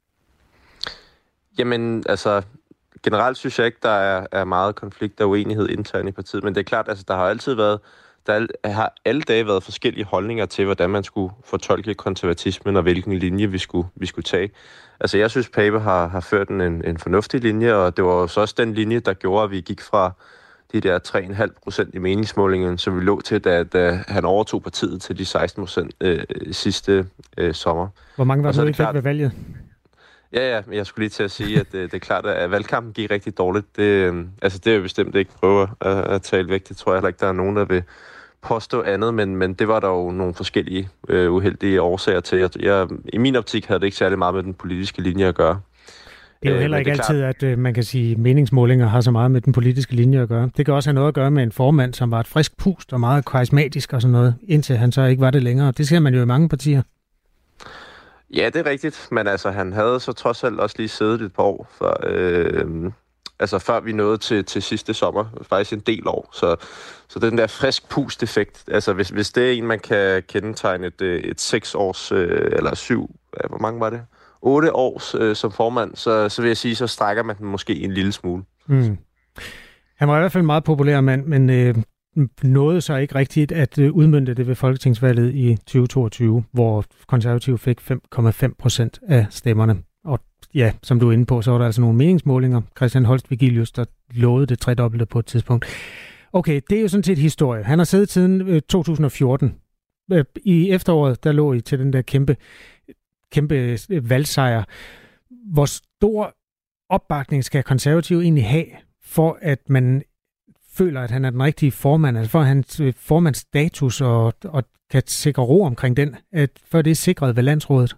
Jamen, altså, generelt synes jeg ikke, der er, er meget konflikt og uenighed internt i partiet, men det er klart, altså, der har altid været, der har alle dage været forskellige holdninger til, hvordan man skulle fortolke konservatismen og hvilken linje vi skulle, vi skulle tage. Altså, jeg synes, Pape har, har ført en, en fornuftig linje, og det var også den linje, der gjorde, at vi gik fra de der tre komma fem procent i meningsmålingen, som vi lå til, da, da han overtog partiet til de seksten procent øh, sidste øh, sommer. Hvor mange var det, I fik ved valget? Ja, ja, jeg skulle lige til at sige, at det, det er klart, at valgkampen gik rigtig dårligt. Det, øh, altså, det er jo bestemt ikke prøve at, at tale væk. Det tror jeg heller ikke, der er nogen, der vil påstå andet, men, men det var der jo nogle forskellige øh, uheldige årsager til. Jeg, jeg, I min optik havde det ikke særlig meget med den politiske linje at gøre. Det er jo heller ikke altid, klart, at uh, man kan sige, at meningsmålinger har så meget med den politiske linje at gøre. Det kan også have noget at gøre med en formand, som var et frisk pust og meget karismatisk og sådan noget, indtil han så ikke var det længere. Det ser man jo i mange partier. Ja, det er rigtigt, men altså, han havde så trods alt også lige siddet et par år, før, øh, altså, før vi nåede til, til sidste sommer, faktisk en del år. Så, så den der frisk pust-effekt, altså hvis, hvis det er en, man kan kendetegne et, et seks års, øh, eller syv, hvor mange var det? otte års øh, som formand, så, så vil jeg sige, så strækker man den måske en lille smule. Mm. Han var i hvert fald en meget populær mand, men øh, nåede så ikke rigtigt at udmønte det ved folketingsvalget i tyve toogtyve, hvor konservative fik fem komma fem procent af stemmerne. Og ja, som du er inde på, så var der altså nogle meningsmålinger. Christian Holst Vigilius, der lovede det tredobbelte på et tidspunkt. Okay, det er jo sådan set historie. Han har siddet siden to tusind og fjorten. I efteråret, der lå I til den der kæmpe, kæmpe valgsejr. Hvor stor opbakning skal konservative egentlig have, for at man føler, at han er den rigtige formand, altså for hans formandsstatus og, og kan sikre ro omkring den, at for det er sikret ved landsrådet?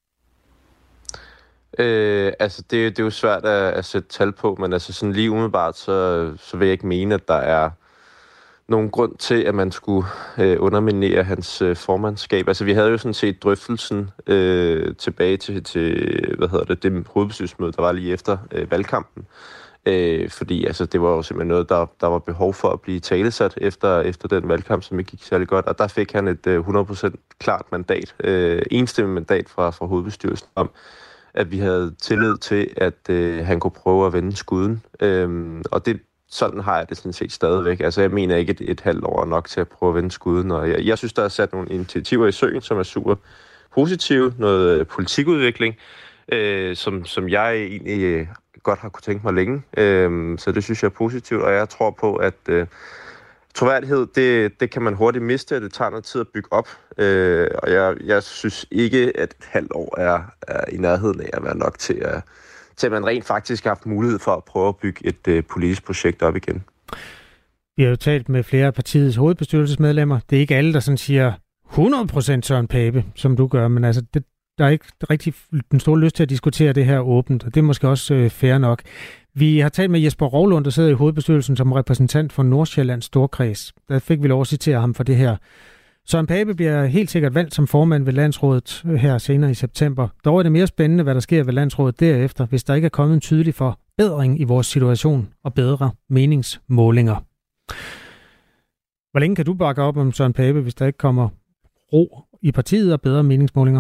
Øh, altså, det, det er jo svært at, at sætte tal på, men altså sådan lige umiddelbart, så, så vil jeg ikke mene, at der er nogen grund til, at man skulle øh, underminere hans øh, formandskab. Altså, vi havde jo sådan set drøftelsen øh, tilbage til, til, hvad hedder det, det hovedbestyrelsesmøde, der var lige efter øh, valgkampen. Øh, fordi altså, det var jo simpelthen noget, der, der var behov for at blive talesat efter, efter den valgkamp, som ikke gik særlig godt. Og der fik han et øh, hundrede procent klart mandat, øh, enstemmigt mandat fra, fra hovedbestyrelsen om, at vi havde tillid til, at øh, han kunne prøve at vende skuden. Øhm, og det, sådan har jeg det sådan set stadigvæk. Altså, jeg mener ikke, at et, et halvt år er nok til at prøve at vende skuden. Og jeg, jeg synes, der er sat nogle initiativer i søen, som er super positive. Noget øh, politikudvikling, øh, som, som jeg egentlig øh, godt har kunne tænke mig længe. Øh, så det synes jeg er positivt, og jeg tror på, at øh, troværdighed, det, det kan man hurtigt miste, og det tager noget tid at bygge op. Øh, og jeg, jeg synes ikke, at et halvt år er, er i nærheden af at være nok til, at, til at man rent faktisk har haft mulighed for at prøve at bygge et øh, politisk projekt op igen. Vi har jo talt med flere af partiets hovedbestyrelsesmedlemmer. Det er ikke alle, der sådan siger hundrede procent Søren Pape, som du gør, men altså, det, der er ikke rigtig den store lyst til at diskutere det her åbent, og det er måske også øh, fair nok. Vi har talt med Jesper Rovlund, der sidder i hovedbestyrelsen som repræsentant for Nordsjællands Storkreds. Der fik vi lov at citere ham for det her. Søren Pape bliver helt sikkert valgt som formand ved landsrådet her senere i september. Dog er det mere spændende, hvad der sker ved landsrådet derefter, hvis der ikke er kommet en tydelig forbedring i vores situation og bedre meningsmålinger. Hvor længe kan du bakke op om Søren Pape, hvis der ikke kommer ro i partiet og bedre meningsmålinger?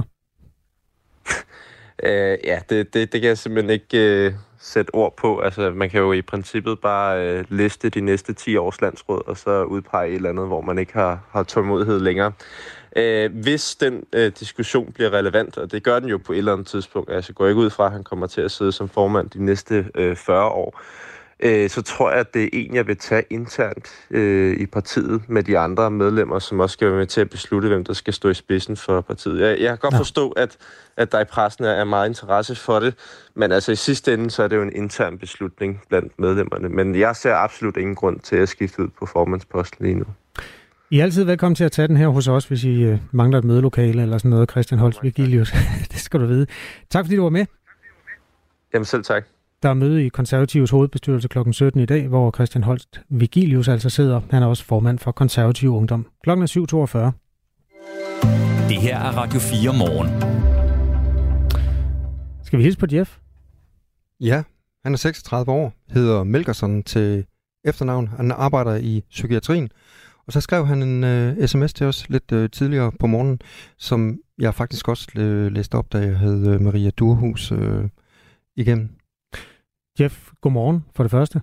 Uh, ja, det, det, det kan jeg simpelthen ikke uh, sætte ord på. Altså, man kan jo i princippet bare uh, liste de næste ti års landsråd, og så udpege et eller andet, hvor man ikke har, har tålmodighed længere. Uh, hvis den uh, diskussion bliver relevant, og det gør den jo på et eller andet tidspunkt, altså går ikke ud fra, at han kommer til at sidde som formand de næste uh, fyrre år, uh, så tror jeg, at det er en, jeg vil tage internt uh, i partiet med de andre medlemmer, som også skal være med til at beslutte, hvem der skal stå i spidsen for partiet. Jeg, jeg kan godt ja. forstå, at at der i pressen er meget interesse for det, men altså i sidste ende, så er det jo en intern beslutning blandt medlemmerne. Men jeg ser absolut ingen grund til at skifte ud på formandsposten lige nu. I er altid velkommen til at tage den her hos os, hvis I øh, mangler et mødelokale eller sådan noget, Christian Holst Vigilius. Det skal du vide. Tak fordi du var med. Jamen selv tak. Der er møde i Konservatives hovedbestyrelse klokken sytten i dag, hvor Christian Holst Vigilius altså sidder. Han er også formand for Konservativ Ungdom. Klokken er syv toogfyrre. Det her er Radio fire morgen. Skal vi hilse på Jeff? Ja, han er seksogtredive år, hedder Melkerson til efternavn. Han arbejder i psykiatrien. Og så skrev han en uh, sms til os lidt uh, tidligere på morgenen, som jeg faktisk også uh, læste op, da jeg havde uh, Maria Durhus uh, igennem. Jeff, godmorgen for det første.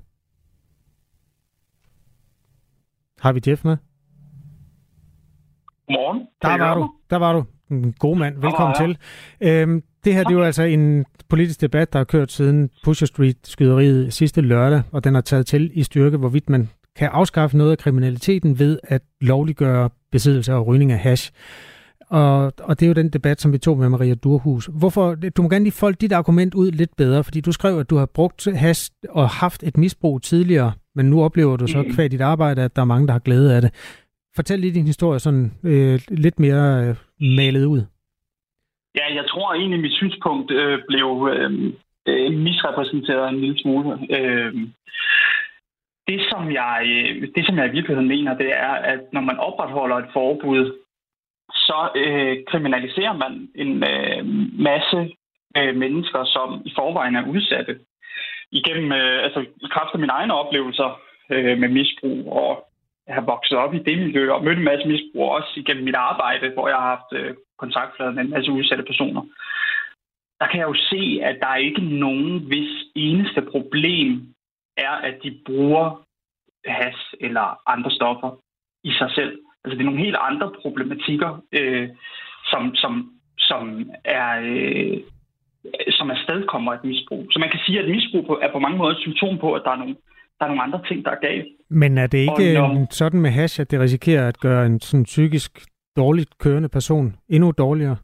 Har vi Jeff med? Godmorgen. Der var du. Der var du. En god mand. Velkommen ja, ja. til. Øhm, det her det er jo altså en politisk debat, der har kørt siden Pusher Street-skyderiet sidste lørdag, og den har taget til i styrke, hvorvidt man kan afskaffe noget af kriminaliteten ved at lovliggøre besiddelse og rygning af hash. Og, og det er jo den debat, som vi tog med Maria Durhus. Hvorfor? Du må gerne lige folde dit argument ud lidt bedre, fordi du skrev, at du har brugt hash og haft et misbrug tidligere, men nu oplever du så mm. kvad dit arbejde, at der er mange, der har glæde af det. Fortæl lige din historie sådan øh, lidt mere øh, malet ud. Ja, jeg tror egentlig, at mit synspunkt øh, blev øh, øh, misrepræsenteret en lille smule. Øh, det, som jeg, det, som jeg i virkeligheden mener, det er, at når man opretholder et forbud, så øh, kriminaliserer man en øh, masse øh, mennesker, som i forvejen er udsatte. Igennem, øh, altså i kraft af mine egne oplevelser øh, med misbrug, og jeg har vokset op i det miljø og mødt en masse misbrug også igennem mit arbejde, hvor jeg har haft øh, kontaktflader med en masse udsatte personer. Der kan jeg jo se, at der er ikke nogen, hvis eneste problem er, at de bruger hash eller andre stoffer i sig selv. Altså det er nogle helt andre problematikker, øh, som, som, som er... Øh, som afstedkommer et misbrug. Så man kan sige, at misbrug er på mange måder et symptom på, at der er nogle, der er nogle andre ting, der er galt. Men er det ikke når... sådan med hash, at det risikerer at gøre en sådan psykisk dårligt kørende person endnu dårligere?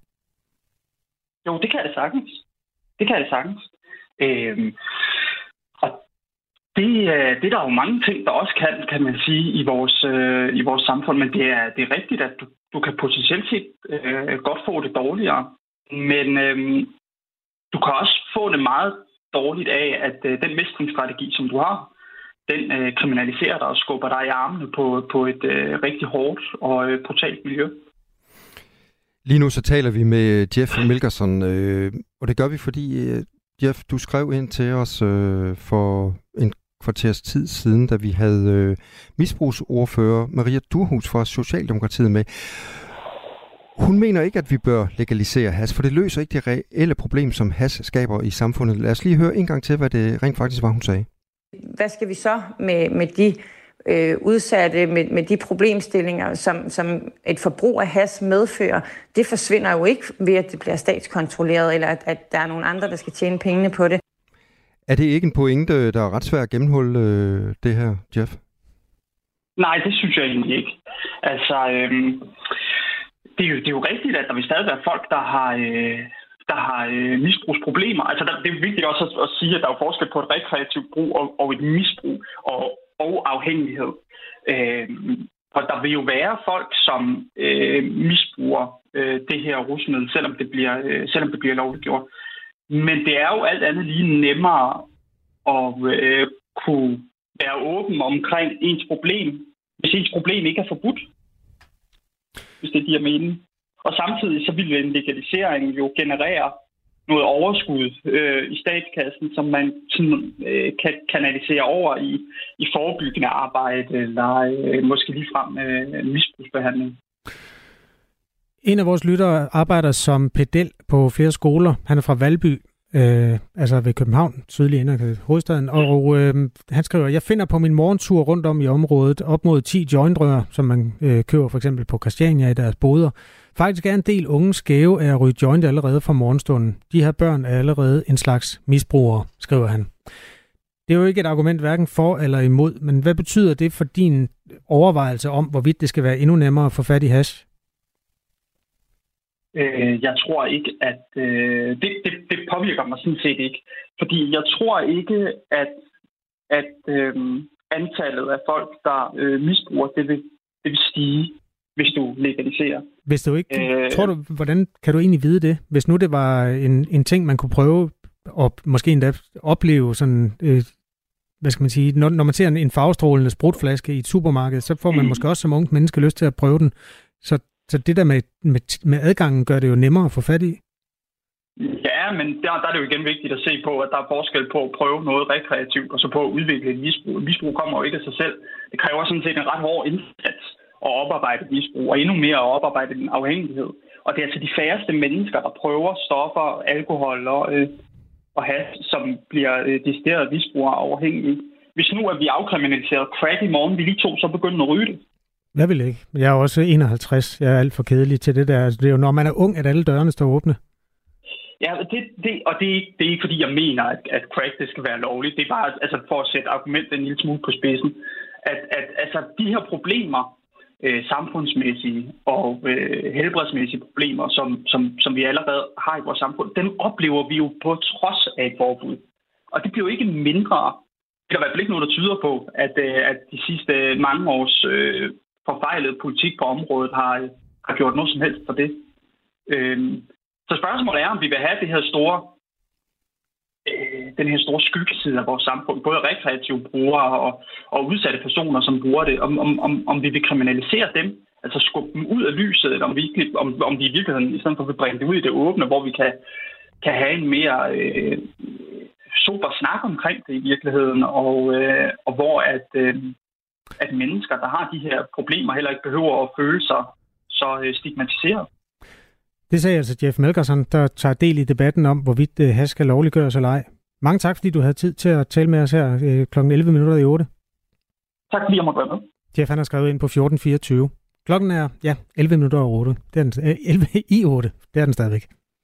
Jo, det kan det sagtens. Det kan det sagtens. Øhm, og det, det er der jo mange ting, der også kan, kan man sige, i vores, øh, i vores samfund. Men det er, det er rigtigt, at du, du kan potentielt set øh, godt få det dårligere. Men øh, du kan også få det meget dårligt af, at øh, den mestringsstrategi, som du har, den øh, kriminaliserer dig og skubber dig i armene på, på et øh, rigtig hårdt og øh, brutalt miljø. Lige nu så taler vi med Jeff Melkerson, øh, og det gør vi, fordi øh, Jeff, du skrev ind til os øh, for en kvarters tid siden, da vi havde øh, misbrugsordfører Maria Durhuus fra Socialdemokratiet med. Hun mener ikke, at vi bør legalisere hash, for det løser ikke det reelle problem, som hash skaber i samfundet. Lad os lige høre en gang til, hvad det rent faktisk var, hun sagde. Hvad skal vi så med, med de øh, udsatte, med, med de problemstillinger, som, som et forbrug af hash medfører? Det forsvinder jo ikke ved, at det bliver statskontrolleret, eller at, at der er nogle andre, der skal tjene pengene på det. Er det ikke en pointe, der er ret svært at gennemholde øh, det her, Jeff? Nej, det synes jeg egentlig ikke. Altså... Øh... Det er, jo, det er jo rigtigt, at der vil stadig være folk, der har, øh, der har øh, misbrugsproblemer. Altså, der, det er vigtigt også at, at sige, at der er forskel på et rekreativt brug og, og et misbrug og, og afhængighed. Øh, og der vil jo være folk, som øh, misbruger øh, det her rusmiddel, selvom det bliver, øh, selvom det bliver lovligt gjort. Men det er jo alt andet lige nemmere at øh, kunne være åben omkring ens problem, hvis ens problem ikke er forbudt. Hvis det giver mening. Og samtidig så vil en legalisering jo generere noget overskud øh, i statskassen, som man sådan, øh, kan kanalisere over i, i forebyggende arbejde, eller øh, måske ligefrem øh, misbrugsbehandling. En af vores lyttere arbejder som pedel på flere skoler. Han er fra Valby, øh, altså ved København, sydlig ende af hovedstaden. Og øh, han skriver, jeg finder på min morgentur rundt om i området op mod ti jointrør, som man øh, køber for eksempel på Christiania i deres boder. Faktisk er en del unge skæve af at ryge joint allerede fra morgenstunden. De her børn er allerede en slags misbrugere, skriver han. Det er jo ikke et argument hverken for eller imod, men hvad betyder det for din overvejelse om, hvorvidt det skal være endnu nemmere at få fat i hash? Øh, jeg tror ikke, at øh, det, det, det påvirker mig sådan set ikke. Fordi jeg tror ikke, at, at øh, antallet af folk, der øh, misbruger, det vil, det vil stige, hvis du legaliserer. Hvis du ikke, øh, tror du, hvordan kan du egentlig vide det? Hvis nu det var en, en ting, man kunne prøve og måske endda opleve sådan, øh, hvad skal man sige, når, når man ser en, en farvestrålende sprutflaske i et supermarked, så får man mm. måske også som ungt menneske lyst til at prøve den. Så Så det der med, med, med adgangen gør det jo nemmere at få fat i? Ja, men der, der er det jo igen vigtigt at se på, at der er forskel på at prøve noget rekreativt, og så på at udvikle et misbrug. Et misbrug kommer jo ikke af sig selv. Det kræver sådan set en ret hård indsats at oparbejde et misbrug, og endnu mere at oparbejde en afhængighed. Og det er altså de færreste mennesker, der prøver stoffer, alkohol og, øh, og hash, som bliver øh, decideret misbrugere afhængige. Hvis nu er vi afkriminaliseret crack i morgen, vil de to så begynde at ryge det? Jeg vil ikke. Jeg er også enoghalvtreds. Jeg er alt for kedelig til det der. Det er jo, når man er ung, at alle dørene står åbne. Ja, det, det, og det er, ikke, det er ikke, fordi jeg mener, at, at crack det skal være lovligt. Det er bare altså, for at sætte argumentet en lille smule på spidsen. At, at altså, de her problemer, øh, samfundsmæssige og øh, helbredsmæssige problemer, som, som, som vi allerede har i vores samfund, dem oplever vi jo på trods af et forbud. Og det bliver jo ikke mindre. Det er der i hvert fald ikke noget, der tyder på, at, at de sidste mange års øh, forfejlede politik på området har, har gjort noget som helst for det. Øhm, så spørgsmålet er, om vi vil have det her store, øh, den her store skyggeside af vores samfund, både rekreative brugere og, og udsatte personer, som bruger det, om, om, om, om vi vil kriminalisere dem, altså skubbe dem ud af lyset, eller om, vi ikke, om, om de i virkeligheden, i stedet for at bringe det ud i det åbne, hvor vi kan, kan have en mere øh, super snak omkring det i virkeligheden, og, øh, og hvor at, øh, at mennesker, der har de her problemer, heller ikke behøver at føle sig så øh, stigmatiseret. Det sagde altså Jeff Melkerson, der tager del i debatten om, hvorvidt øh, hash skal lovliggøres eller ej. Mange tak, fordi du havde tid til at tale med os her øh, klokken elleve minutter i otte. Tak fordi jeg måtte være med. Jeff, han har skrevet ind på fjorten fireogtyve. Klokken er, ja, elleve minutter over otte. Det er den, øh, elleve i otte. Det er den stadigvæk.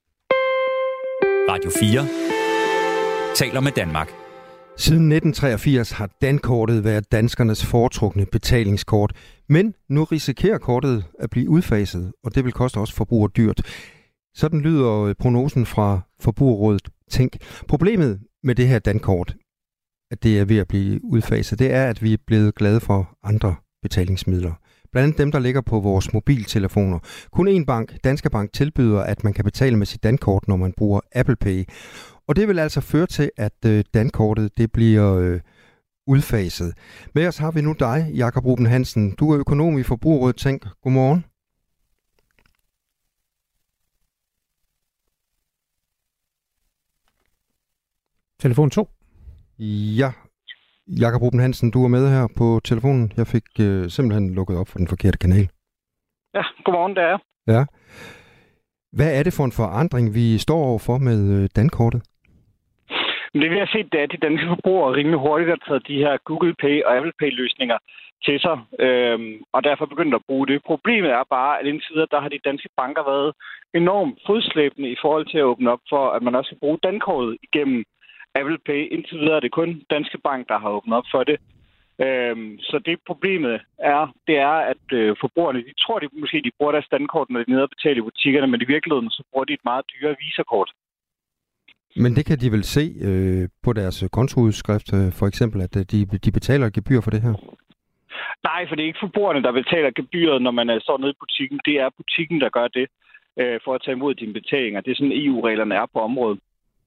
Radio fire taler med Danmark. Siden nitten treogfirs har dankortet været danskernes foretrukne betalingskort. Men nu risikerer kortet at blive udfaset, og det vil koste også forbrugere dyrt. Sådan lyder prognosen fra Forbrugerrådet Tænk. Problemet med det her dankort, at det er ved at blive udfaset, det er, at vi er blevet glade for andre betalingsmidler. Blandt andet dem, der ligger på vores mobiltelefoner. Kun én bank, Danske Bank, tilbyder, at man kan betale med sit dankort, når man bruger Apple Pay. Og det vil altså føre til, at øh, dankortet det bliver øh, udfaset. Med os har vi nu dig, Jakob Ruben Hansen. Du er økonom i Forbrugerrådet Tænk. Godmorgen. Telefon to. Ja, Jakob Ruben Hansen, du er med her på telefonen. Jeg fik øh, simpelthen lukket op for den forkerte kanal. Ja, godmorgen, det er. Ja. Hvad er det for en forandring, vi står overfor med øh, dankortet? Det vi har set, det er, at de danske forbrugere rimelig hurtigt har taget de her Google Pay og Apple Pay løsninger til sig, øhm, og derfor begyndt at bruge det. Problemet er bare, at indtil videre, der har de danske banker været enormt fodslæbende i forhold til at åbne op for, at man også skal bruge dankortet igennem Apple Pay. Indtil videre er det kun Danske Bank, der har åbnet op for det. Øhm, så det problemet er, det er, at øh, forbrugerne, de tror de, måske, de bruger deres dankort, når de er nede og betaler i butikkerne, men i virkeligheden så bruger de et meget dyrere Visa-kort. Men det kan de vel se øh, på deres kontoudskrift, øh, for eksempel, at de, de betaler gebyr for det her? Nej, for det er ikke forbrugerne, der betaler gebyret, når man står nede i butikken. Det er butikken, der gør det øh, for at tage imod dine betalinger. Det er sådan, E U-reglerne er på området.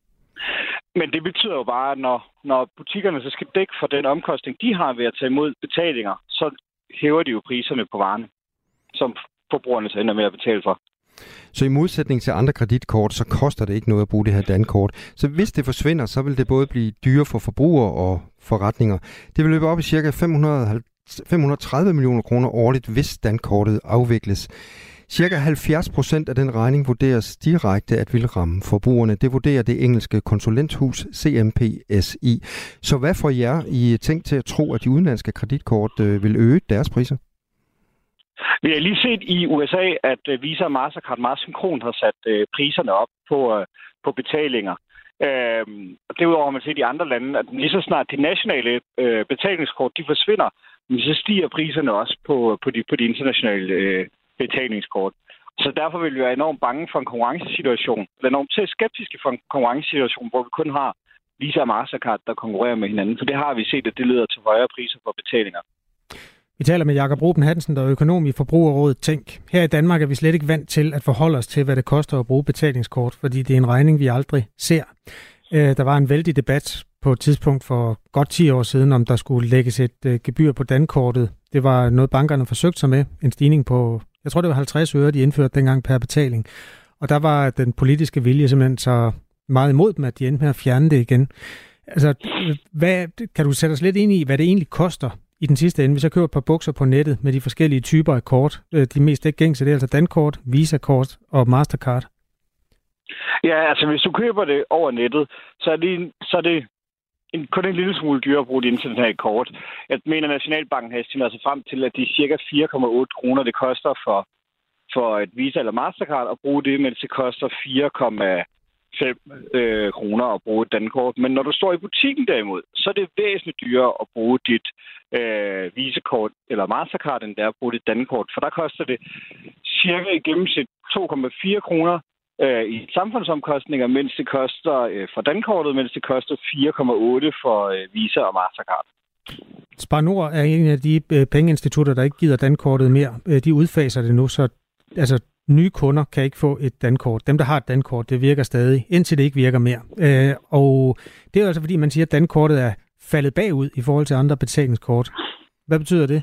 Men det betyder jo bare, at når, når butikkerne så skal dække for den omkostning, de har ved at tage imod betalinger, så hæver de jo priserne på varerne, som forbrugerne så ender med at betale for. Så i modsætning til andre kreditkort, så koster det ikke noget at bruge det her dankort. Så hvis det forsvinder, så vil det både blive dyre for forbrugere og forretninger. Det vil løbe op i ca. fem hundrede og tredive millioner kroner årligt, hvis dankortet afvikles. Cirka halvfjerds procent af den regning vurderes direkte at vil ramme forbrugerne. Det vurderer det engelske konsulenthus C M P S I. Så hvad får jer I tænkt til at tro, at de udenlandske kreditkort vil øge deres priser? Vi har lige set i U S A, at Visa og Mastercard meget synkront har sat priserne op på, på betalinger. Øhm, og derudover har man set i andre lande, at lige så snart de nationale øh, betalingskort de forsvinder, så stiger priserne også på, på, de, på de internationale øh, betalingskort. Så derfor vil vi være enormt bange for en konkurrencesituation, eller enormt skeptiske for en konkurrencesituation, hvor vi kun har Visa og Mastercard, der konkurrerer med hinanden. For det har vi set, at det leder til højere priser for betalinger. Vi taler med Jakob Ruben Hansen, der er økonom i Forbrugerrådet Tænk. Her i Danmark er vi slet ikke vant til at forholde os til, hvad det koster at bruge betalingskort, fordi det er en regning, vi aldrig ser. Der var en vældig debat på et tidspunkt for godt ti år siden, om der skulle lægges et gebyr på dankortet. Det var noget, bankerne forsøgte sig med. En stigning på, jeg tror det var halvtreds øre, de indførte dengang per betaling. Og der var den politiske vilje simpelthen så meget imod dem, at de endte med at fjerne det igen. Altså, hvad, kan du sætte os lidt ind i, hvad det egentlig koster i den sidste ende, hvis jeg køber et par bukser på nettet med de forskellige typer af kort? De mest ikke gængse, det er altså dankort, Visa-kort og Mastercard. Ja, altså hvis du køber det over nettet, så er det, så er det en, kun en lille smule dyrere at bruge det internationale kort. Jeg mener, Nationalbanken har estimeret sig frem til, at det er cirka fire komma otte kroner, det koster for, for et Visa eller Mastercard at bruge det, mens det koster fire komma fem øh, kroner at bruge et dankort. Men når du står i butikken derimod, så er det væsentligt dyrere at bruge dit øh, Visa-kort eller Mastercard, end det er at bruge dit dankort. For der koster det cirka i gennemsnit to komma fire kroner øh, i samfundsomkostninger, mens det koster øh, for dankortet, mens det koster fire komma otte for øh, Visa og Mastercard. Spar Nord er en af de øh, pengeinstitutter, der ikke gider dankortet mere. De udfaser det nu, så altså nye kunder kan ikke få et dankort. Dem, der har et dankort, det virker stadig, indtil det ikke virker mere. Øh, og det er altså fordi, man siger, at dankortet er faldet bagud i forhold til andre betalingskort. Hvad betyder det?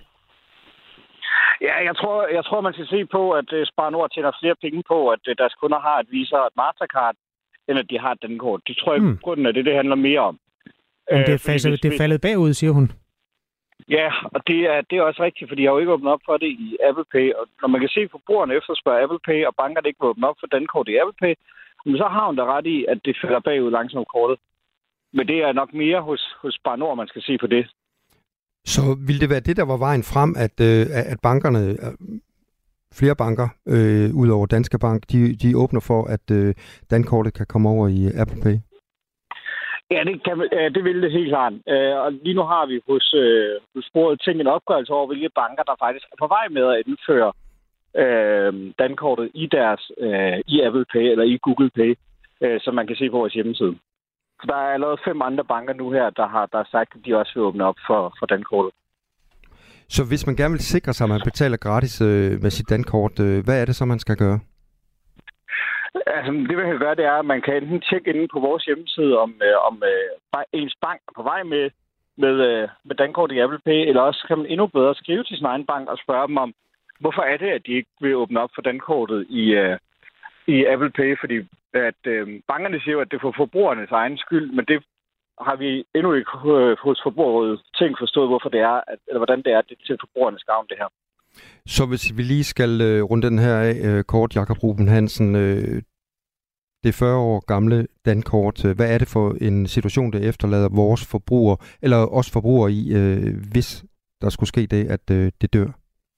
Ja, jeg tror, jeg tror man skal se på, at uh, Spar Nord tjener flere penge på, at uh, deres kunder har et Visa og et Mastercard, end at de har et dankort. Det tror jeg, hmm. grunden af det, det handler mere om. Men det er, fase, det er faldet bagud, siger hun. Ja, og det er, det er også rigtigt, fordi jeg har jo ikke åbnet op for det i Apple Pay. Og når man kan se, at forbrugerne efterspørger Apple Pay, og bankerne ikke vil åbne op for dankort i Apple Pay, så har hun da ret i, at det falder bagud langsomt kortet. Men det er nok mere hos, hos Spar Nord, man skal se på det. Så ville det være det, der var vejen frem, at, øh, at bankerne, øh, flere banker, øh, ud over Danske Bank, de, de åbner for, at øh, dankortet kan komme over i Apple Pay? Ja, det, kan, det vil det helt klart. Og lige nu har vi hos, hos sporet tænkt en opgørelse over, hvilke banker, der faktisk er på vej med at indføre øh, dankortet i deres øh, i Apple Pay eller i Google Pay, øh, som man kan se på vores hjemmeside. Så der er allerede fem andre banker nu her, der har, der har sagt, at de også vil åbne op for, for dankortet. Så hvis man gerne vil sikre sig, at man betaler gratis øh, med sit dankort, øh, hvad er det så, man skal gøre? Altså, det vil gøre, det er, at man kan enten tjekke inde på vores hjemmeside, om, øh, om øh, ens bank er på vej med, med, øh, med dankort i Apple Pay, eller også kan man endnu bedre skrive til sin egen bank og spørge dem om, hvorfor er det, at de ikke vil åbne op for dankortet i, øh, i Apple Pay, fordi at, øh, bankerne siger jo, at det er for forbrugernes egen skyld, men det har vi endnu ikke øh, hos Forbrugerrådet tænkt forstået, hvorfor det er, at, eller hvordan det er, at det er til forbrugernes gavn, det her. Så hvis vi lige skal øh, runde den her af, øh, kort, Jakob Ruben Hansen, øh, det fyrre år gamle dankort, øh, hvad er det for en situation, der efterlader vores forbrugere, eller os forbrugere i, øh, hvis der skulle ske det, at øh, det dør?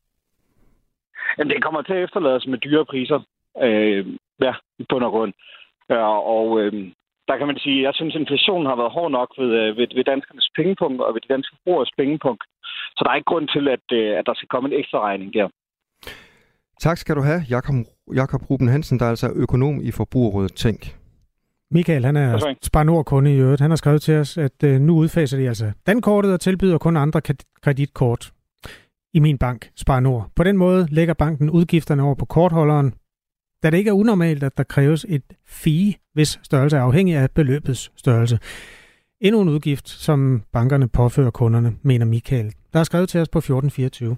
Jamen, det kommer til at efterlades med dyre priser, øh, ja, i bund og grund. Ja, og øh, der kan man sige, jeg synes, inflationen har været hård nok ved, ved, ved danskernes pengepunkt og ved de danske forbrugers pengepunkt. Så der er ikke grund til, at, at der skal komme en ekstra regning der. Tak skal du have, Jakob, Jakob Ruben Hansen, der er altså økonom i Forbrugerrådet Tænk. Michael, han er Spar Nord-kunde i øvrigt. Han har skrevet til os, at øh, nu udfaser de altså dankortet og tilbyder kun andre kreditkort i min bank, Spar Nord. På den måde lægger banken udgifterne over på kortholderen, da det ikke er unormalt, at der kræves et fee, hvis størrelse er afhængig af beløbets størrelse. Endnu en udgift, som bankerne påfører kunderne, mener Michael. Der er skrevet til os på fjorten fireogtyve.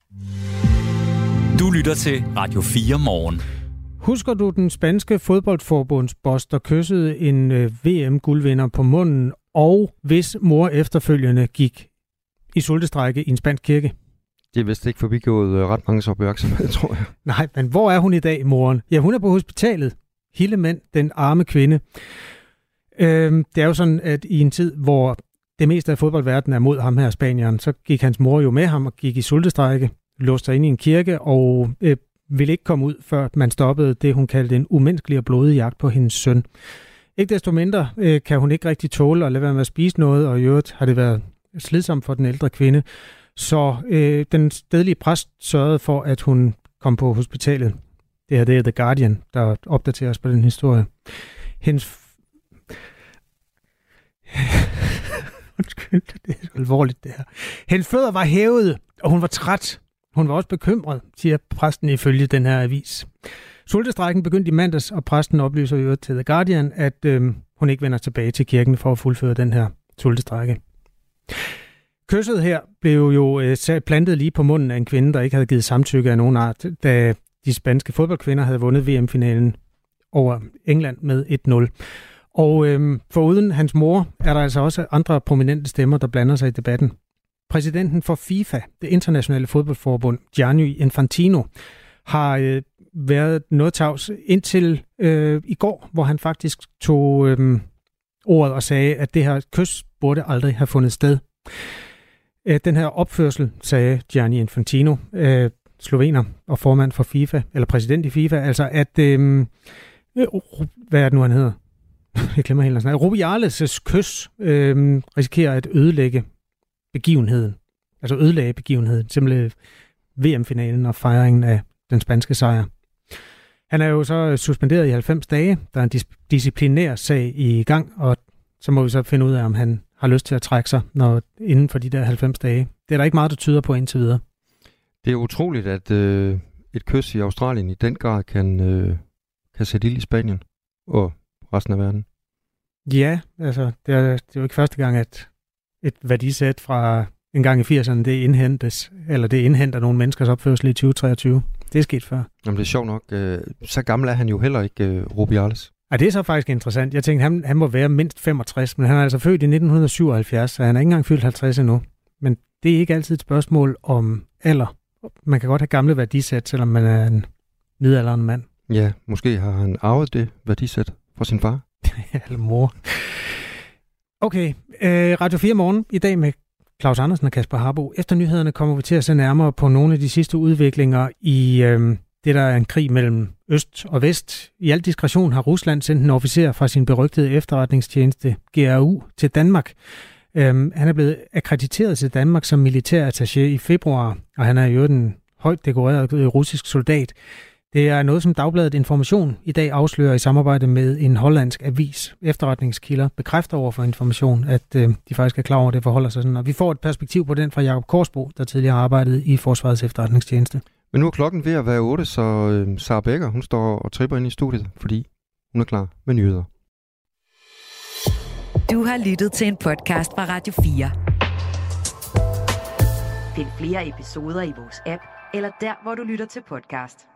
Du lytter til Radio fire Morgen. Husker du den spanske fodboldforbundsboss, der kyssede en øh, V M-guldvinder på munden, og hvis mor efterfølgende gik i sultestrække i en spansk kirke? Det er vist ikke forbigået øh, ret mange opmærksomhed, tror jeg. Nej, men hvor er hun i dag, moren? Ja, hun er på hospitalet. Hildemand, den arme kvinde. Øhm, det er jo sådan, at i en tid, hvor det meste af fodboldverdenen er mod ham her, spanieren, så gik hans mor jo med ham og gik i sultestrække, låste sig ind i en kirke og øh, ville ikke komme ud, før man stoppede det, hun kaldte en umenneskelig og blodig jagt på hendes søn. Ikke desto mindre øh, kan hun ikke rigtig tåle at lade være med at spise noget, og i øvrigt har det været slidsomt for den ældre kvinde. Så øh, den stedlige præst sørgede for, at hun kom på hospitalet. Det her det er The Guardian, der opdaterer os på den historie. Hendes Undskyld, det er så alvorligt det her. Hendes fødder var hævet, og hun var træt. Hun var også bekymret, siger præsten ifølge den her avis. Sultestrækken begyndte i mandags, og præsten oplyser i øvrigt til The Guardian, at øh, hun ikke vender tilbage til kirken for at fuldføre den her sultestrække. Kysset her blev jo øh, plantet lige på munden af en kvinde, der ikke havde givet samtykke af nogen art, da de spanske fodboldkvinder havde vundet V M-finalen over England med et nul. Og øh, foruden hans mor er der altså også andre prominente stemmer, der blander sig i debatten. Præsidenten for FIFA, det internationale fodboldforbund, Gianni Infantino, har øh, været noget tavs indtil øh, i går, hvor han faktisk tog øh, ordet og sagde, at det her kys burde aldrig have fundet sted. Øh, den her opførsel, sagde Gianni Infantino, øh, slovener og formand for FIFA, eller præsident i FIFA, altså at, øh, hvad er det nu, han hedder? Jeg glemmer helt sådan. Rubiales' kys øh, risikerer at ødelægge begivenheden. Altså ødelægge begivenheden. Simpelthen V M-finalen og fejringen af den spanske sejr. Han er jo så suspenderet i halvfems dage. Der er en dis- disciplinær sag i gang, og så må vi så finde ud af, om han har lyst til at trække sig når, inden for de der halvfems dage. Det er der ikke meget, der tyder på indtil videre. Det er utroligt, at øh, et kys i Australien i den grad kan, øh, kan sætte ild i Spanien og resten af verden. Ja, altså det er, det er jo ikke første gang, at et værdisæt fra en gang i firserne, det indhentes, eller det indhenter nogle menneskers opførsel i tyve treogtyve. Det er sket før. Jamen det er sjovt nok. Øh, så gammel er han jo heller ikke, øh, Rubiales. Ja, det er så faktisk interessant. Jeg tænkte, han, han må være mindst femogtres, men han er altså født i nitten syvoghalvfjerds, så han er ikke engang fyldt halvtreds endnu. Men det er ikke altid et spørgsmål om alder. Man kan godt have gamle værdisæt, selvom man er en midaldrende mand. Ja, måske har han arvet det værdisæt fra sin far. Eller mor. Okay, øh, Radio fire Morgen i dag med Claus Andersen og Kasper Harbo. Efter nyhederne kommer vi til at se nærmere på nogle af de sidste udviklinger i øh, det, der er en krig mellem øst og vest. I al diskretion har Rusland sendt en officer fra sin berygtede efterretningstjeneste G R U til Danmark. Øhm, han er blevet akkrediteret til Danmark som militærattaché i februar, og han er jo en højt dekoreret russisk soldat. Det er noget, som Dagbladet Information i dag afslører i samarbejde med en hollandsk avis. Efterretningskilder bekræfter over for Information, at øh, de faktisk er klar over, at det forholder sig sådan. Og vi får et perspektiv på den fra Jakob Korsbo, der tidligere har arbejdet i Forsvarets efterretningstjeneste. Men nu er klokken ved at være otte, så øh, Sara Becker, hun står og tripper ind i studiet, fordi hun er klar med nyheder. Du har lyttet til en podcast fra Radio fire. Find flere episoder i vores app, eller der, hvor du lytter til podcast.